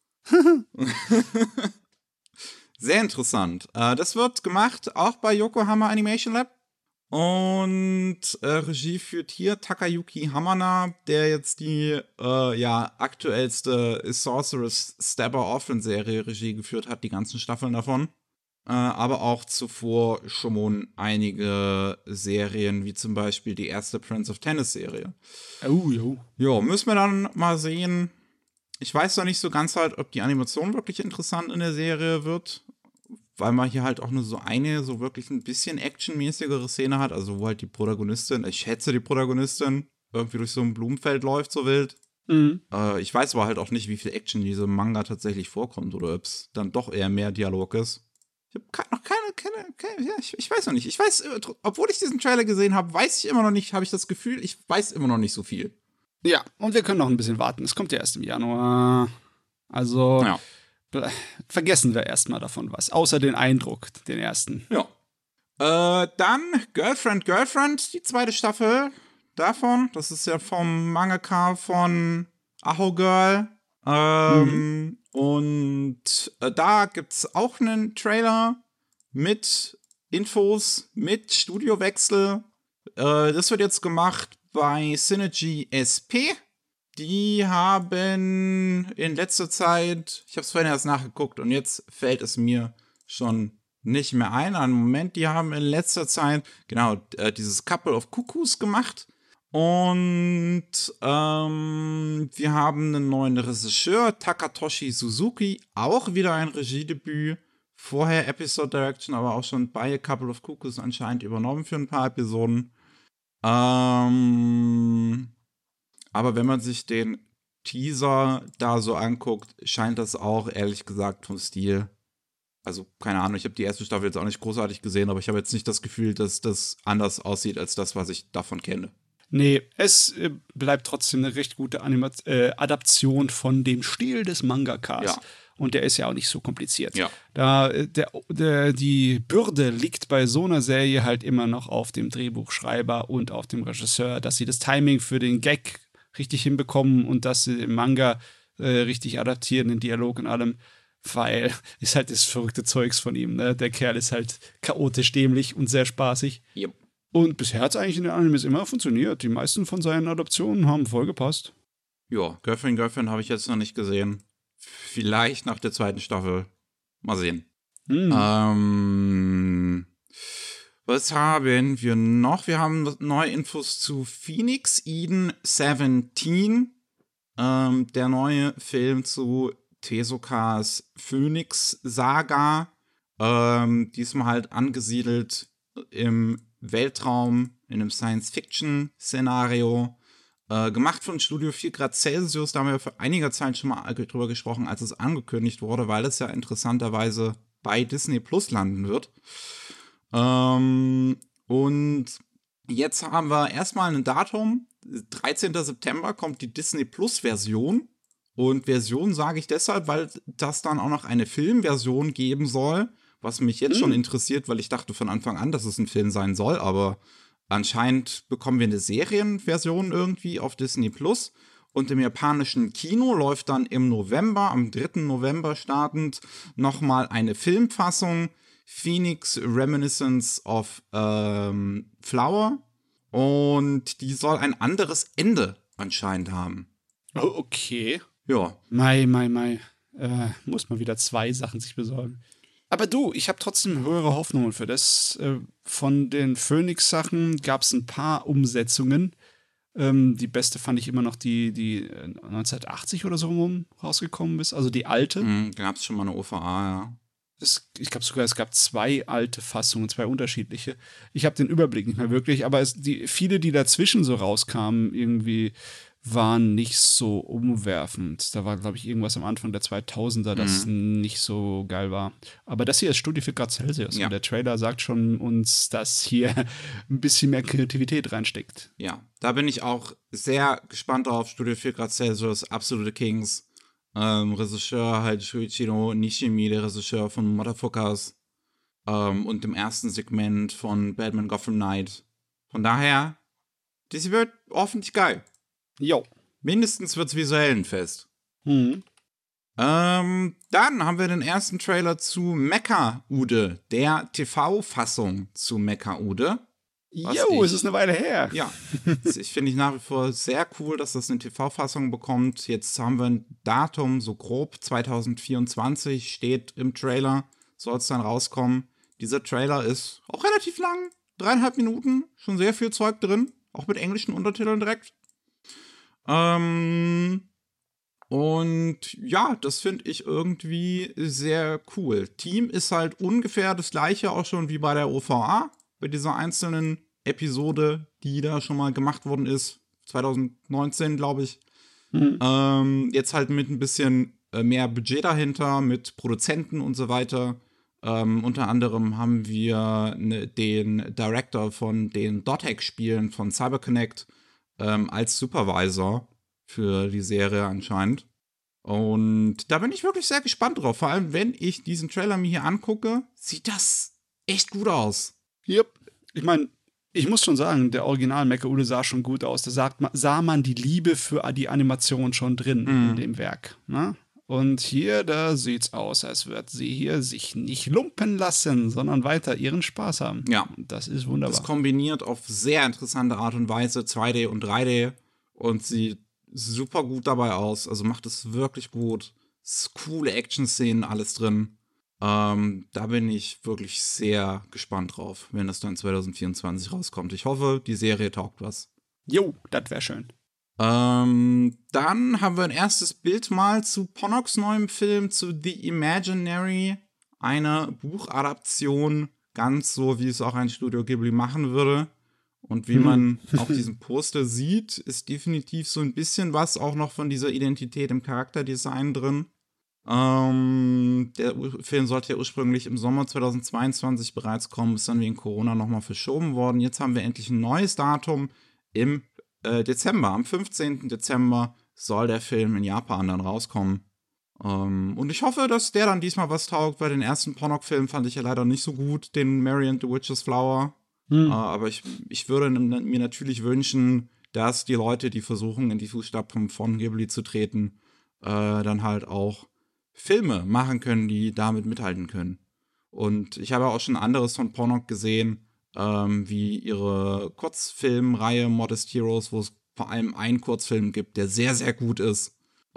Sehr interessant. Das wird gemacht auch bei Yokohama Animation Lab. Und Regie führt hier Takayuki Hamana, der jetzt die aktuellste Sorceress Stabber Orphan Serie Regie geführt hat, die ganzen Staffeln davon. Aber auch zuvor schon einige Serien, wie zum Beispiel die erste Prince of Tennis Serie. Oh, jo. Jo, müssen wir dann mal sehen. Ich weiß noch nicht so ganz halt, ob die Animation wirklich interessant in der Serie wird, weil man hier halt auch nur so eine, so wirklich ein bisschen actionmäßigere Szene hat, also wo halt die Protagonistin, ich schätze die Protagonistin, irgendwie durch so ein Blumenfeld läuft, so wild. Ich weiß aber halt auch nicht, wie viel Action in diesem Manga tatsächlich vorkommt oder ob es dann doch eher mehr Dialog ist. Ich habe noch keine ja, ich weiß noch nicht. Ich weiß, obwohl ich diesen Trailer gesehen habe, weiß ich immer noch nicht, habe ich das Gefühl, ich weiß immer noch nicht so viel. Ja, und wir können noch ein bisschen warten. Es kommt ja erst im Januar. Also vergessen wir erstmal davon was. Außer den Eindruck, den ersten. Ja. Dann Girlfriend, die zweite Staffel davon. Das ist ja vom Mangaka von Aho Girl. Und da gibt's auch einen Trailer mit Infos, mit Studiowechsel. Das wird jetzt gemacht bei Synergy SP. Die haben in letzter Zeit, ich habe es vorhin erst nachgeguckt und jetzt fällt es mir schon nicht mehr ein. Einen Moment, die haben in letzter Zeit, dieses Couple of Cuckoos gemacht. Und wir haben einen neuen Regisseur, Takatoshi Suzuki, auch wieder ein Regiedebüt. Vorher Episode Direction, aber auch schon bei A Couple of Cuckoos anscheinend übernommen für ein paar Episoden. Aber wenn man sich den Teaser da so anguckt, scheint das auch, ehrlich gesagt, vom Stil. Also, keine Ahnung, ich habe die erste Staffel jetzt auch nicht großartig gesehen, aber ich habe jetzt nicht das Gefühl, dass das anders aussieht als das, was ich davon kenne. Nee, es bleibt trotzdem eine recht gute Adaption von dem Stil des Mangakas. Ja. Und der ist ja auch nicht so kompliziert. Ja. Die Bürde liegt bei so einer Serie halt immer noch auf dem Drehbuchschreiber und auf dem Regisseur, dass sie das Timing für den Gag richtig hinbekommen und dass sie den Manga richtig adaptieren, den Dialog und allem. Weil ist halt das verrückte Zeugs von ihm. Ne? Der Kerl ist halt chaotisch dämlich und sehr spaßig. Yep. Und bisher hat es eigentlich in den Animes immer funktioniert. Die meisten von seinen Adaptionen haben voll gepasst. Ja, Girlfriend habe ich jetzt noch nicht gesehen. Vielleicht nach der zweiten Staffel. Mal sehen. Was haben wir noch? Wir haben neue Infos zu Phoenix Eden 17. Der neue Film zu Tezukas Phoenix-Saga. Diesmal halt angesiedelt im Weltraum, in einem Science-Fiction-Szenario. Gemacht von Studio 4 Grad Celsius, da haben wir vor einiger Zeit schon mal drüber gesprochen, als es angekündigt wurde, weil es ja interessanterweise bei Disney Plus landen wird. Und jetzt haben wir erstmal ein Datum. 13. September kommt die Disney Plus Version. Und Version sage ich deshalb, weil das dann auch noch eine Filmversion geben soll, was mich jetzt schon interessiert, weil ich dachte von Anfang an, dass es ein Film sein soll, aber anscheinend bekommen wir eine Serienversion irgendwie auf Disney Plus. Und im japanischen Kino läuft dann im November, am 3. November startend, nochmal eine Filmfassung, Phoenix Reminiscence of Flower. Und die soll ein anderes Ende anscheinend haben. Oh, okay. Ja. Mai. Muss man wieder 2 Sachen sich besorgen. Aber du, ich habe trotzdem höhere Hoffnungen für das. Von den Phoenix-Sachen gab es ein paar Umsetzungen. Die beste fand ich immer noch die 1980 oder so rum rausgekommen ist, also die alte. Gab es schon mal eine OVA, ja. Ich glaube sogar, es gab 2 alte Fassungen, 2 unterschiedliche. Ich habe den Überblick nicht mehr wirklich, aber viele, die dazwischen so rauskamen, irgendwie waren nicht so umwerfend. Da war, glaube ich, irgendwas am Anfang der 2000er, das nicht so geil war. Aber das hier ist Studio 4 Grad Celsius. Ja. Und der Trailer sagt schon uns, dass hier ein bisschen mehr Kreativität reinsteckt. Ja, da bin ich auch sehr gespannt drauf. Studio 4 Grad Celsius, absolute Kings. Regisseur halt Shuichiro Nishimi, der Regisseur von Motherfuckers. Und dem ersten Segment von Batman Gotham Knight. Von daher, das wird hoffentlich geil. Jo. Mindestens wird's visuell ein Fest. Dann haben wir den ersten Trailer zu Mecha-Ude, der TV-Fassung zu Mecha-Ude. Jo, es ist eine Weile her. Ja, ich finde ich nach wie vor sehr cool, dass das eine TV-Fassung bekommt. Jetzt haben wir ein Datum, so grob 2024 steht im Trailer, soll es dann rauskommen. Dieser Trailer ist auch relativ lang, 3,5 Minuten, schon sehr viel Zeug drin, auch mit englischen Untertiteln direkt. Und ja, das finde ich irgendwie sehr cool. Team ist halt ungefähr das gleiche auch schon wie bei der OVA, bei dieser einzelnen Episode, die da schon mal gemacht worden ist, 2019, glaube ich. Jetzt halt mit ein bisschen mehr Budget dahinter, mit Produzenten und so weiter. Unter anderem haben wir den Director von den Dothack-Spielen von CyberConnect als Supervisor für die Serie anscheinend. Und da bin ich wirklich sehr gespannt drauf. Vor allem, wenn ich diesen Trailer mir hier angucke, sieht das echt gut aus. Yep. Ich meine, ich muss schon sagen, der Original Mecha-Ude sah schon gut aus. Da sah man die Liebe für die Animation schon drin in dem Werk. Ne? Und hier, da sieht's aus, als wird sie hier sich nicht lumpen lassen, sondern weiter ihren Spaß haben. Ja. Das ist wunderbar. Das kombiniert auf sehr interessante Art und Weise 2D und 3D und sieht super gut dabei aus. Also macht es wirklich gut. Coole Action-Szenen, alles drin. Da bin ich wirklich sehr gespannt drauf, wenn das dann 2024 rauskommt. Ich hoffe, die Serie taugt was. Jo, das wäre schön. Dann haben wir ein erstes Bild mal zu Ponoks neuem Film, zu The Imaginary. Eine Buchadaption, ganz so, wie es auch ein Studio Ghibli machen würde. Und wie man auf diesem Poster sieht, ist definitiv so ein bisschen was auch noch von dieser Identität im Charakterdesign drin. Der Film sollte ja ursprünglich im Sommer 2022 bereits kommen, ist dann wegen Corona nochmal verschoben worden. Jetzt haben wir endlich ein neues Datum im Dezember. Am 15. Dezember soll der Film in Japan dann rauskommen. Und ich hoffe, dass der dann diesmal was taugt, weil den ersten Ponok-Film fand ich ja leider nicht so gut, den Mary and the Witch's Flower. Aber ich würde mir natürlich wünschen, dass die Leute, die versuchen, in die Fußstapfen von Ghibli zu treten, dann halt auch Filme machen können, die damit mithalten können. Und ich habe auch schon anderes von Ponok gesehen, wie ihre Kurzfilmreihe Modest Heroes, wo es vor allem einen Kurzfilm gibt, der sehr, sehr gut ist.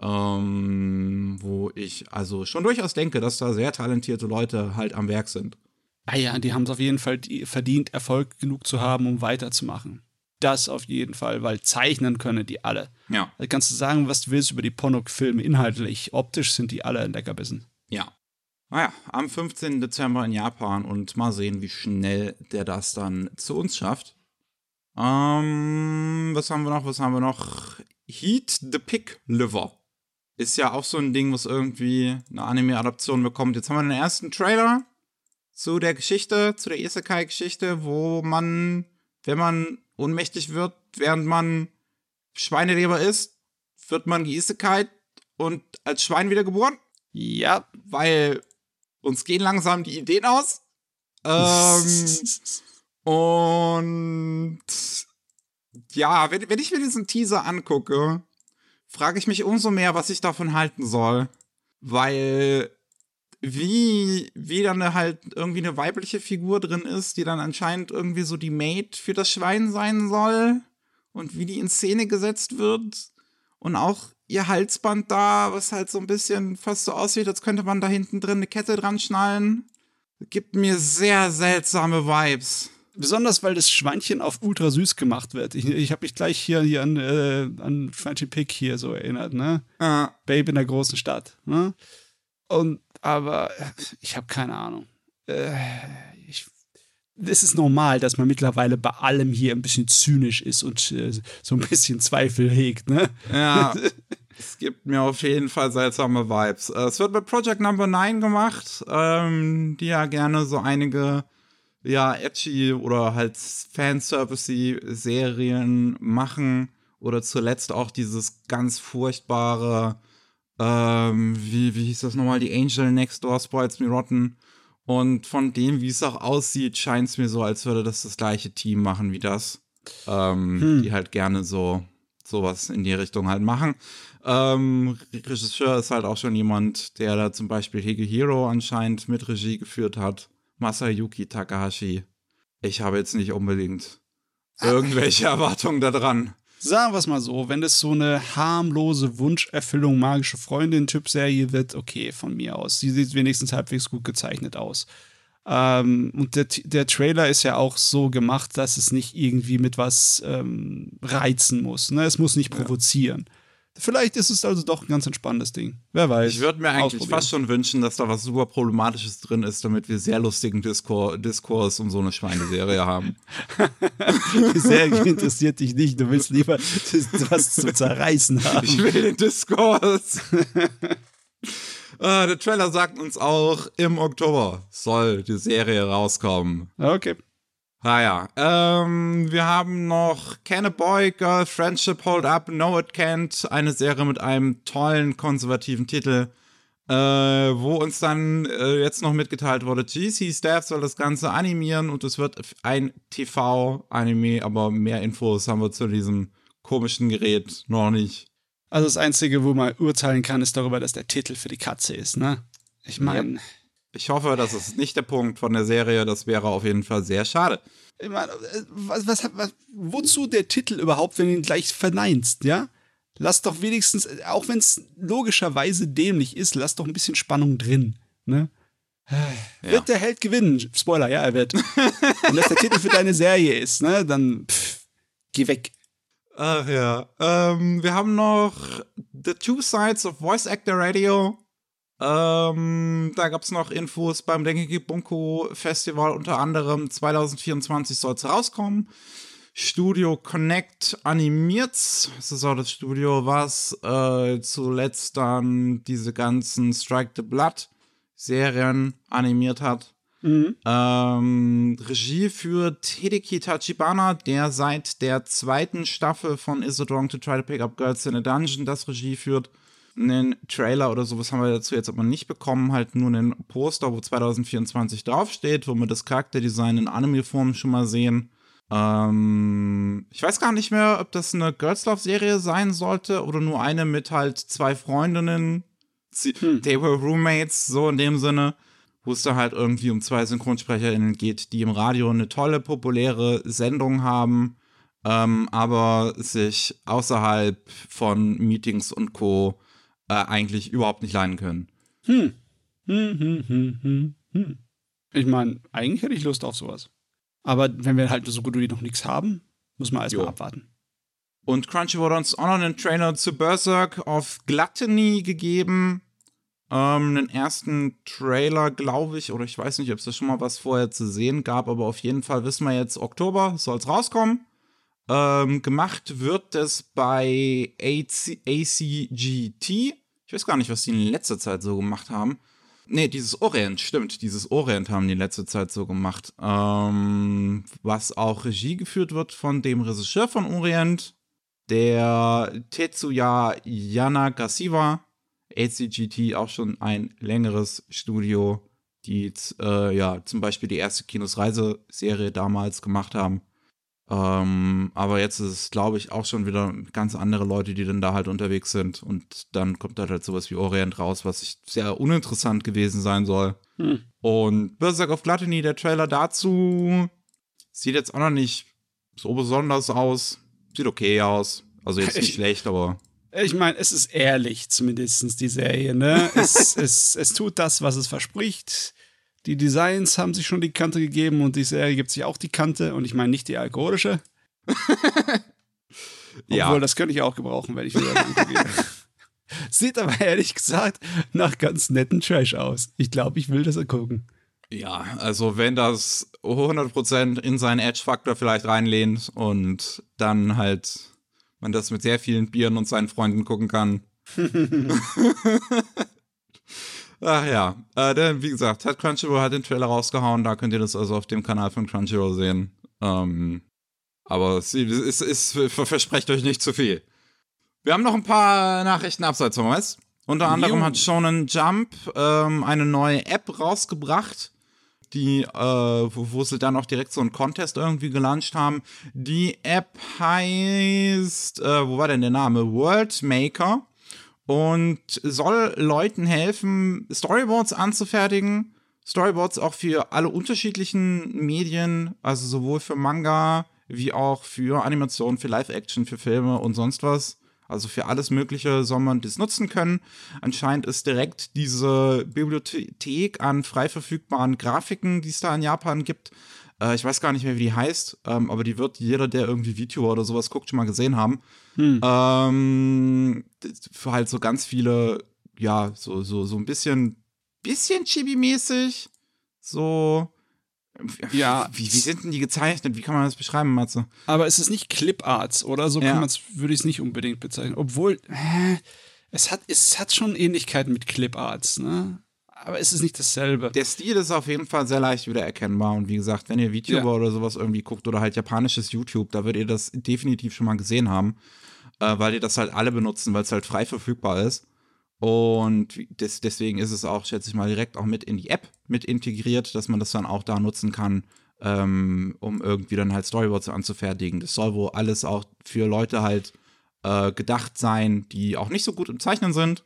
Wo ich also schon durchaus denke, dass da sehr talentierte Leute halt am Werk sind. Ah ja, die haben es auf jeden Fall verdient, Erfolg genug zu haben, um weiterzumachen. Das auf jeden Fall, weil zeichnen können die alle. Ja. Da kannst du sagen, was du willst über die Ponok-Filme inhaltlich. Optisch sind die alle ein Leckerbissen. Ja. Naja, am 15. Dezember in Japan und mal sehen, wie schnell der das dann zu uns schafft. Was haben wir noch? Heat the Pig Liver. Ist ja auch so ein Ding, was irgendwie eine Anime-Adaption bekommt. Jetzt haben wir den ersten Trailer zu der Geschichte, zu der Isekai-Geschichte, wo man, wenn man ohnmächtig wird, während man Schweineleber isst, wird man geisekait und als Schwein wiedergeboren. Ja. Weil uns gehen langsam die Ideen aus. Und ja, wenn ich mir diesen Teaser angucke, frage ich mich umso mehr, was ich davon halten soll. Weil wie dann halt irgendwie eine weibliche Figur drin ist, die dann anscheinend irgendwie so die Maid für das Schwein sein soll und wie die in Szene gesetzt wird und auch ihr Halsband da, was halt so ein bisschen fast so aussieht, als könnte man da hinten drin eine Kette dran schnallen, gibt mir sehr seltsame Vibes. Besonders, weil das Schweinchen auf ultra süß gemacht wird. Ich habe mich gleich hier an Schweinchen Pig hier so erinnert, ne? Babe in der großen Stadt, ne? Aber ich habe keine Ahnung. Es ist normal, dass man mittlerweile bei allem hier ein bisschen zynisch ist und so ein bisschen Zweifel hegt, ne? Ja, es gibt mir auf jeden Fall seltsame Vibes. Es wird mit Project Number 9 gemacht, die ja gerne so einige, ja, edgy oder halt Fanservice-Serien machen. Oder zuletzt auch dieses ganz furchtbare wie hieß das nochmal? Die Angel Next Door Spoils Me Rotten. Und von dem, wie es auch aussieht, scheint es mir so, als würde das gleiche Team machen wie das. Die halt gerne sowas in die Richtung halt machen. Regisseur ist halt auch schon jemand, der da zum Beispiel Higehiro anscheinend mit Regie geführt hat. Masayuki Takahashi. Ich habe jetzt nicht unbedingt irgendwelche Erwartungen daran. Sagen wir es mal so, wenn das so eine harmlose Wunscherfüllung magische Freundin-Typ-Serie wird, okay, von mir aus. Sie sieht wenigstens halbwegs gut gezeichnet aus. Und der Trailer ist ja auch so gemacht, dass es nicht irgendwie mit was reizen muss. Ne? Es muss nicht provozieren. Vielleicht ist es also doch ein ganz entspannendes Ding. Wer weiß. Ich würde mir eigentlich fast schon wünschen, dass da was super Problematisches drin ist, damit wir sehr lustigen Diskurs um so eine Schweineserie haben. Die Serie interessiert dich nicht, du willst lieber was zu zerreißen haben. Ich will den Diskurs. Der Trailer sagt uns auch, im Oktober soll die Serie rauskommen. Okay. Wir haben noch Can a Boy, Girl, Friendship, Hold Up, No It Can't, eine Serie mit einem tollen konservativen Titel, wo uns dann jetzt noch mitgeteilt wurde, GC Staff soll das Ganze animieren und es wird ein TV-Anime, aber mehr Infos haben wir zu diesem komischen Gerät noch nicht. Also das Einzige, wo man urteilen kann, ist darüber, dass der Titel für die Katze ist, ne? Ich meine... Ich hoffe, das ist nicht der Punkt von der Serie. Das wäre auf jeden Fall sehr schade. Ich meine, wozu der Titel überhaupt, wenn du ihn gleich verneinst, ja? Lass doch wenigstens, auch wenn es logischerweise dämlich ist, lass doch ein bisschen Spannung drin, ne? Wird der Held gewinnen? Spoiler, ja, er wird. Wenn das der Titel für deine Serie ist, ne, dann geh weg. Ach ja. Wir haben noch The Two Sides of Voice Actor Radio. Da gab es noch Infos beim Dengeki Bunko Festival, unter anderem 2024 soll es rauskommen. Studio Connect animiert's. Das ist auch das Studio, was zuletzt dann diese ganzen Strike the Blood Serien animiert hat. Regie führt Hideki Tachibana, der seit der 2. Staffel von Is It Wrong to Try to Pick Up Girls in a Dungeon das Regie führt. Einen Trailer oder sowas haben wir dazu jetzt aber nicht bekommen, halt nur einen Poster, wo 2024 draufsteht, wo wir das Charakterdesign in Anime-Form schon mal sehen. Ich weiß gar nicht mehr, ob das eine Girls Love-Serie sein sollte oder nur eine mit halt 2 Freundinnen. They were roommates, so in dem Sinne, wo es da halt irgendwie um 2 SynchronsprecherInnen geht, die im Radio eine tolle, populäre Sendung haben, aber sich außerhalb von Meetings und Co. eigentlich überhaupt nicht leiden können. Ich meine, eigentlich hätte ich Lust auf sowas. Aber wenn wir halt so gut wie noch nichts haben, muss man erstmal abwarten. Und Crunchyroll hat uns auch noch einen Trailer zu Berserk of Gluttony gegeben. Einen ersten Trailer, glaube ich, oder ich weiß nicht, ob es da schon mal was vorher zu sehen gab, aber auf jeden Fall wissen wir jetzt, Oktober soll es rauskommen. Gemacht wird es bei ACGT. Ich weiß gar nicht, was die in letzter Zeit so gemacht haben. Nee, dieses Orient, stimmt. Dieses Orient haben die in letzter Zeit so gemacht. Was auch Regie geführt wird von dem Regisseur von Orient, der Tetsuya Yanagasiwa. ACGT auch schon ein längeres Studio, die zum Beispiel die erste Kinos-Reise-Serie damals gemacht haben. Aber jetzt ist es, glaube ich, auch schon wieder ganz andere Leute, die dann da halt unterwegs sind. Und dann kommt da halt sowas wie Orient raus, was sehr uninteressant gewesen sein soll. Und Berserk of Gluttony, der Trailer dazu, sieht jetzt auch noch nicht so besonders aus. Sieht okay aus. Also jetzt nicht schlecht, aber... Ich meine, es ist ehrlich, zumindest die Serie, ne? Es tut das, was es verspricht. Die Designs haben sich schon die Kante gegeben und die Serie gibt sich auch die Kante. Und ich meine nicht die alkoholische. Obwohl, das könnte ich auch gebrauchen, wenn ich wieder Kante gebe. Sieht aber ehrlich gesagt nach ganz netten Trash aus. Ich glaube, ich will das angucken. Ja, also wenn das 100% in seinen Edge-Faktor vielleicht reinlehnt und dann halt man das mit sehr vielen Bieren und seinen Freunden gucken kann. Ach ja, wie gesagt, hat Crunchyroll halt den Trailer rausgehauen, da könnt ihr das also auf dem Kanal von Crunchyroll sehen. Aber es versprecht euch nicht zu viel. Wir haben noch ein paar Nachrichten abseits von was. Unter anderem hat Shonen Jump eine neue App rausgebracht, die, wo sie dann auch direkt so einen Contest irgendwie gelauncht haben. Die App heißt, wo war denn der Name? World Maker. Und soll Leuten helfen, Storyboards anzufertigen. Storyboards auch für alle unterschiedlichen Medien, also sowohl für Manga wie auch für Animation, für Live-Action, für Filme und sonst was. Also für alles Mögliche soll man das nutzen können. Anscheinend ist direkt diese Bibliothek an frei verfügbaren Grafiken, die es da in Japan gibt, Ich weiß gar nicht mehr, wie die heißt, aber die wird jeder, der irgendwie Video oder sowas guckt, schon mal gesehen haben. Für halt so ganz viele, ja, so ein bisschen chibi-mäßig. So. Ja. Wie sind denn die gezeichnet? Wie kann man das beschreiben, Matze? Aber es ist nicht Clip-Arts, oder? So würde ich es nicht unbedingt bezeichnen. Obwohl, es hat schon Ähnlichkeiten mit Clip-Arts, ne? Aber es ist nicht dasselbe. Der Stil ist auf jeden Fall sehr leicht wiedererkennbar. Und wie gesagt, wenn ihr VTuber oder sowas irgendwie guckt oder halt japanisches YouTube, da werdet ihr das definitiv schon mal gesehen haben. Weil die das halt alle benutzen, weil es halt frei verfügbar ist. Und deswegen ist es auch, schätze ich mal, direkt auch mit in die App mit integriert, dass man das dann auch da nutzen kann, um irgendwie dann halt Storyboards anzufertigen. Das soll wohl alles auch für Leute halt gedacht sein, die auch nicht so gut im Zeichnen sind.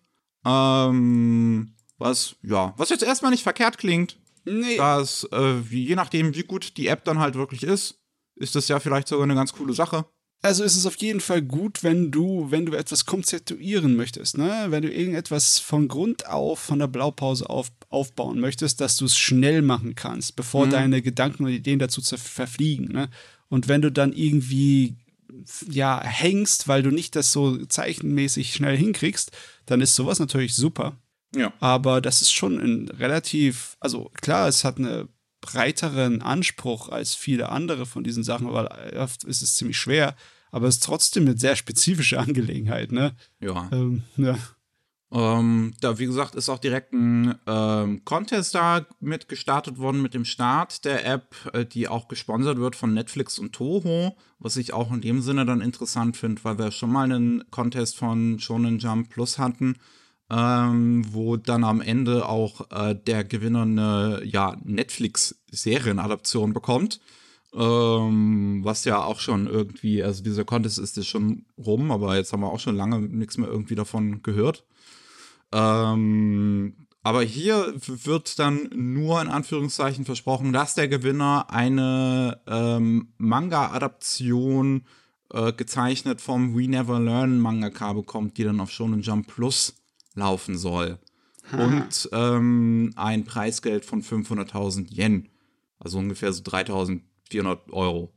Was jetzt erstmal nicht verkehrt klingt. Nee. Das, je nachdem, wie gut die App dann halt wirklich ist das ja vielleicht sogar eine ganz coole Sache. Also ist es auf jeden Fall gut, wenn du etwas konzeptuieren möchtest, ne? Wenn du irgendetwas von Grund auf, von der Blaupause aufbauen möchtest, dass du es schnell machen kannst, bevor deine Gedanken und Ideen dazu verfliegen, ne? Und wenn du dann irgendwie hängst, weil du nicht das so zeichenmäßig schnell hinkriegst, dann ist sowas natürlich super. Ja. Aber das ist schon ein relativ, also klar, es hat einen breiteren Anspruch als viele andere von diesen Sachen, weil oft ist es ziemlich schwer, aber es ist trotzdem eine sehr spezifische Angelegenheit, ne? Ja. Ja. Da, wie gesagt, ist auch direkt ein Contest da mit gestartet worden mit dem Start der App, die auch gesponsert wird von Netflix und Toho, was ich auch in dem Sinne dann interessant finde, weil wir schon mal einen Contest von Shonen Jump Plus hatten, wo dann am Ende auch der Gewinner eine Netflix-Serienadaption bekommt. Was ja auch schon irgendwie, also dieser Contest ist jetzt schon rum, aber jetzt haben wir auch schon lange nichts mehr irgendwie davon gehört. Aber hier wird dann nur in Anführungszeichen versprochen, dass der Gewinner eine Manga-Adaption gezeichnet vom We Never Learn Mangaka bekommt, die dann auf Shonen Jump Plus laufen soll. Und ein Preisgeld von 500.000 Yen. Also ungefähr so 3.400 Euro.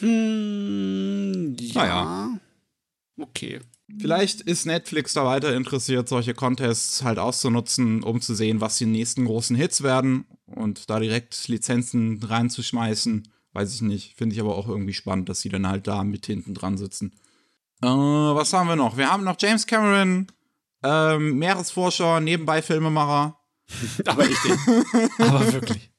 Naja. Okay. Vielleicht ist Netflix da weiter interessiert, solche Contests halt auszunutzen, um zu sehen, was die nächsten großen Hits werden und da direkt Lizenzen reinzuschmeißen. Weiß ich nicht. Finde ich aber auch irgendwie spannend, dass sie dann halt da mit hinten dran sitzen. Was haben wir noch? Wir haben noch James Cameron, Meeresforscher, nebenbei Filmemacher. Aber wirklich.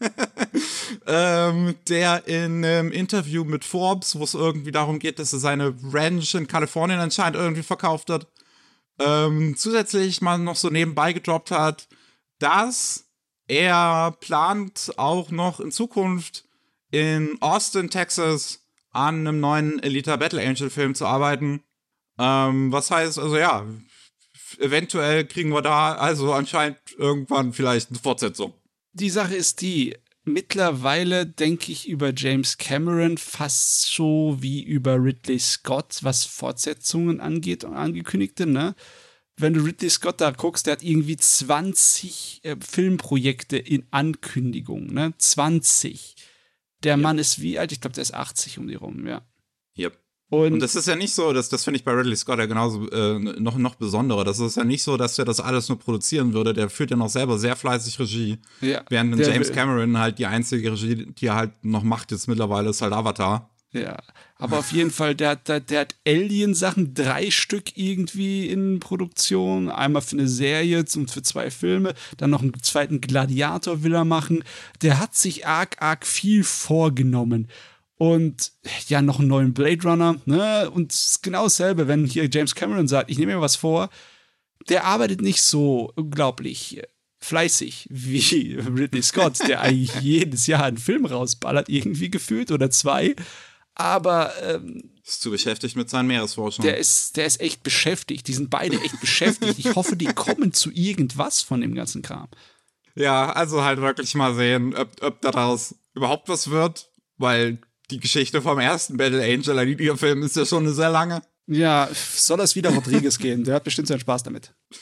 Der in einem Interview mit Forbes, wo es irgendwie darum geht, dass er seine Ranch in Kalifornien anscheinend irgendwie verkauft hat, zusätzlich mal noch so nebenbei gedroppt hat, dass er plant, auch noch in Zukunft in Austin, Texas, an einem neuen Alita Battle Angel Film zu arbeiten. Was heißt, also ja, eventuell kriegen wir da also anscheinend irgendwann vielleicht eine Fortsetzung. Die Sache ist die, mittlerweile denke ich über James Cameron fast so wie über Ridley Scott, was Fortsetzungen angeht und angekündigte, ne? Wenn du Ridley Scott da guckst, der hat irgendwie 20 Filmprojekte in Ankündigung, ne? 20. Der Mann ist wie alt? Ich glaube, der ist 80 um die rum, ja. Yep. Und das ist ja nicht so, das finde ich bei Ridley Scott ja genauso noch besonderer. Das ist ja nicht so, dass er das alles nur produzieren würde. Der führt ja noch selber sehr fleißig Regie. Ja, während James Cameron halt die einzige Regie, die er halt noch macht jetzt mittlerweile, ist halt Avatar. Ja, aber auf jeden Fall, der hat Alien-Sachen, 3 Stück irgendwie in Produktion. Einmal für eine Serie und für 2 Filme. Dann noch einen zweiten Gladiator will er machen. Der hat sich arg viel vorgenommen. Und ja, noch einen neuen Blade Runner, ne? Und genau dasselbe, wenn hier James Cameron sagt, ich nehme mir was vor, der arbeitet nicht so unglaublich fleißig wie Ridley Scott, der eigentlich jedes Jahr einen Film rausballert, irgendwie gefühlt oder 2. Aber ist zu beschäftigt mit seinen Meeresforschungen. Der ist echt beschäftigt. Die sind beide echt beschäftigt. Ich hoffe, die kommen zu irgendwas von dem ganzen Kram. Ja, also halt wirklich mal sehen, ob daraus überhaupt was wird, weil die Geschichte vom ersten Battle Angel Alita-Film ist ja schon eine sehr lange. Ja, soll das wieder Rodriguez gehen? Der hat bestimmt seinen Spaß damit.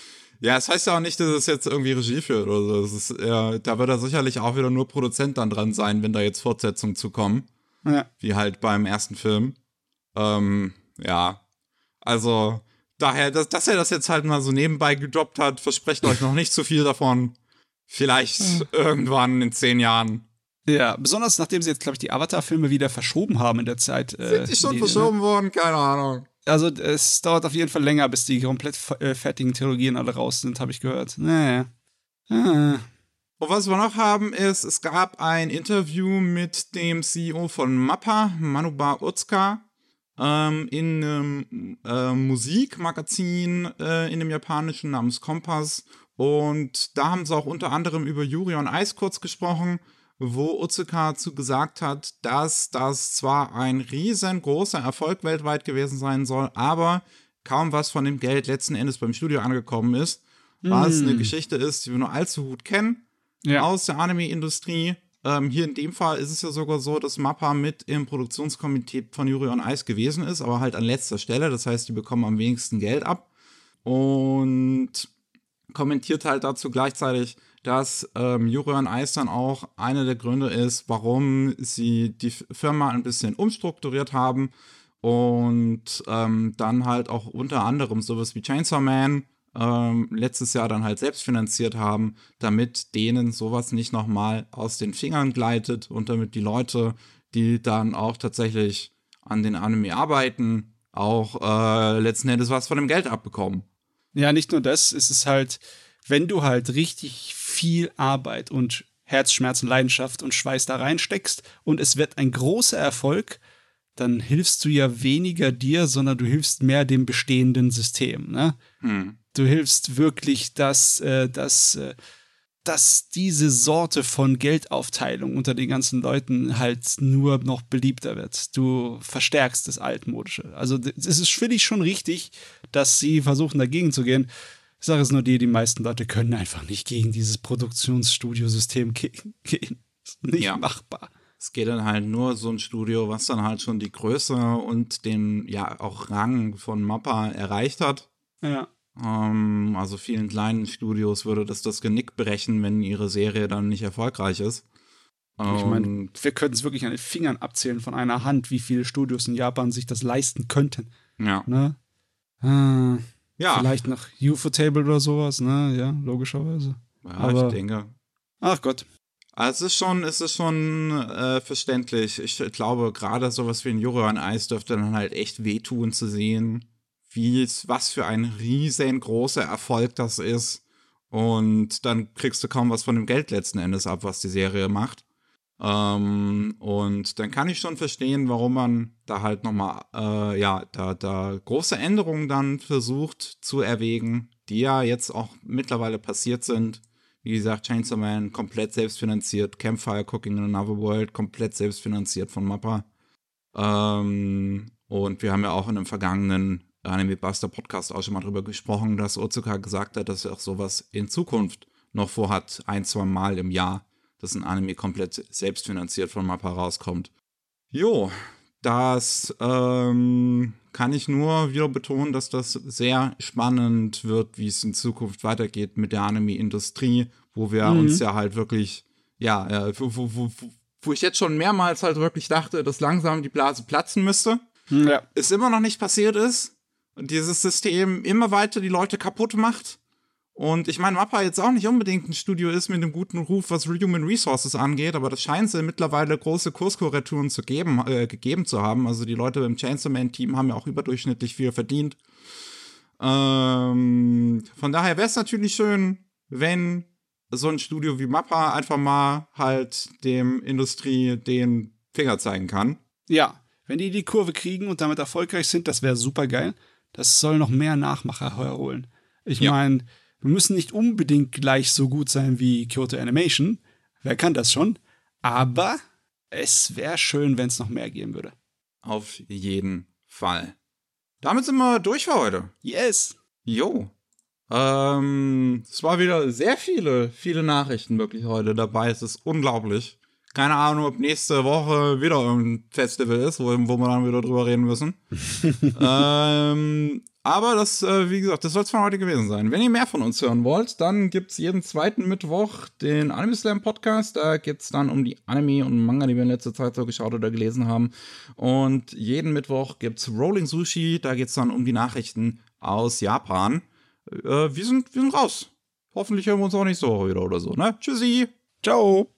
Ja, es heißt ja auch nicht, dass es jetzt irgendwie Regie führt oder so. Es ist, da wird er sicherlich auch wieder nur Produzent dann dran sein, wenn da jetzt Fortsetzungen zu kommen. Ja. Wie halt beim ersten Film. Ja, also daher, dass er das jetzt halt mal so nebenbei gedroppt hat, versprecht euch noch nicht zu viel davon. Vielleicht irgendwann in 10 Jahren. Ja, besonders nachdem sie jetzt, glaube ich, die Avatar-Filme wieder verschoben haben in der Zeit. Sind die schon verschoben worden? Keine Ahnung. Also es dauert auf jeden Fall länger, bis die komplett fertigen Trilogien alle raus sind, habe ich gehört. Naja. Und was wir noch haben ist, es gab ein Interview mit dem CEO von Mappa, Manohar Uzka, in einem Musikmagazin in dem japanischen namens Kompass. Und da haben sie auch unter anderem über Yuri on Ice kurz gesprochen, wo Otsuka zu gesagt hat, dass das zwar ein riesengroßer Erfolg weltweit gewesen sein soll, aber kaum was von dem Geld letzten Endes beim Studio angekommen ist, was eine Geschichte ist, die wir nur allzu gut kennen aus der Anime-Industrie. Hier in dem Fall ist es ja sogar so, dass Mappa mit im Produktionskomitee von Yuri on Ice gewesen ist, aber halt an letzter Stelle, das heißt, die bekommen am wenigsten Geld ab und kommentiert halt dazu gleichzeitig, dass Yuri on Ice dann auch einer der Gründe ist, warum sie die Firma ein bisschen umstrukturiert haben und dann halt auch unter anderem sowas wie Chainsaw Man letztes Jahr dann halt selbst finanziert haben, damit denen sowas nicht nochmal aus den Fingern gleitet und damit die Leute, die dann auch tatsächlich an den Anime arbeiten, auch letzten Endes was von dem Geld abbekommen. Ja, nicht nur das, es ist halt, wenn du halt richtig viel Arbeit und Herzschmerzen, Leidenschaft und Schweiß da reinsteckst und es wird ein großer Erfolg, dann hilfst du ja weniger dir, sondern du hilfst mehr dem bestehenden System. Ne? Du hilfst wirklich, dass diese Sorte von Geldaufteilung unter den ganzen Leuten halt nur noch beliebter wird. Du verstärkst das Altmodische. Also es ist, finde ich, schon richtig, dass sie versuchen, dagegen zu gehen. Ich sage es nur die meisten Leute können einfach nicht gegen dieses Produktionsstudiosystem gehen. Ist nicht machbar. Es geht dann halt nur so ein Studio, was dann halt schon die Größe und den auch Rang von Mappa erreicht hat. Ja. Also vielen kleinen Studios würde das Genick brechen, wenn ihre Serie dann nicht erfolgreich ist. Ich meine, wir könnten es wirklich an den Fingern abzählen von einer Hand, wie viele Studios in Japan sich das leisten könnten. Ja. Ne? Vielleicht noch Ufotable oder sowas, ne? Ja, logischerweise. Ja, aber ich denke. Ach Gott. Also es ist schon verständlich. Ich glaube, gerade sowas wie ein Yuri on Ice dürfte dann halt echt wehtun zu sehen, was für ein riesengroßer Erfolg das ist. Und dann kriegst du kaum was von dem Geld letzten Endes ab, was die Serie macht. Und dann kann ich schon verstehen, warum man da halt nochmal, da große Änderungen dann versucht zu erwägen, die ja jetzt auch mittlerweile passiert sind. Wie gesagt, Chainsaw Man komplett selbstfinanziert, Campfire Cooking in Another World komplett selbstfinanziert von Mappa. Und wir haben ja auch in einem vergangenen Anime Buster Podcast auch schon mal drüber gesprochen, dass Otsuka gesagt hat, dass er auch sowas in Zukunft noch vorhat, 1-2 Mal im Jahr, dass ein Anime komplett selbstfinanziert von Mappa rauskommt. Jo, das kann ich nur wieder betonen, dass das sehr spannend wird, wie es in Zukunft weitergeht mit der Anime-Industrie, wo wir uns ja halt wirklich, wo ich jetzt schon mehrmals halt wirklich dachte, dass langsam die Blase platzen müsste. Ja. Es immer noch nicht passiert ist und dieses System immer weiter die Leute kaputt macht. Und ich meine, Mappa jetzt auch nicht unbedingt ein Studio ist mit einem guten Ruf, was Human Resources angeht, aber das scheint sie mittlerweile große Kurskorrekturen gegeben zu haben. Also die Leute im Chainsaw Man-Team haben ja auch überdurchschnittlich viel verdient. Von daher wäre es natürlich schön, wenn so ein Studio wie Mappa einfach mal halt dem Industrie den Finger zeigen kann. Ja, wenn die Kurve kriegen und damit erfolgreich sind, das wäre super geil. Das soll noch mehr Nachmacher herholen. Ich meine, wir müssen nicht unbedingt gleich so gut sein wie Kyoto Animation. Wer kann das schon? Aber es wäre schön, wenn es noch mehr geben würde. Auf jeden Fall. Damit sind wir durch für heute. Yes. Jo. Es war wieder sehr viele Nachrichten wirklich heute dabei. Es ist unglaublich. Keine Ahnung, ob nächste Woche wieder irgendein Festival ist, wo wir dann wieder drüber reden müssen. Aber das, wie gesagt, das soll es von heute gewesen sein. Wenn ihr mehr von uns hören wollt, dann gibt es jeden zweiten Mittwoch den Anime Slam Podcast. Da geht es dann um die Anime und Manga, die wir in letzter Zeit so geschaut oder gelesen haben. Und jeden Mittwoch gibt es Rolling Sushi. Da geht es dann um die Nachrichten aus Japan. Wir sind raus. Hoffentlich hören wir uns auch nicht so wieder oder so, ne? Tschüssi. Ciao.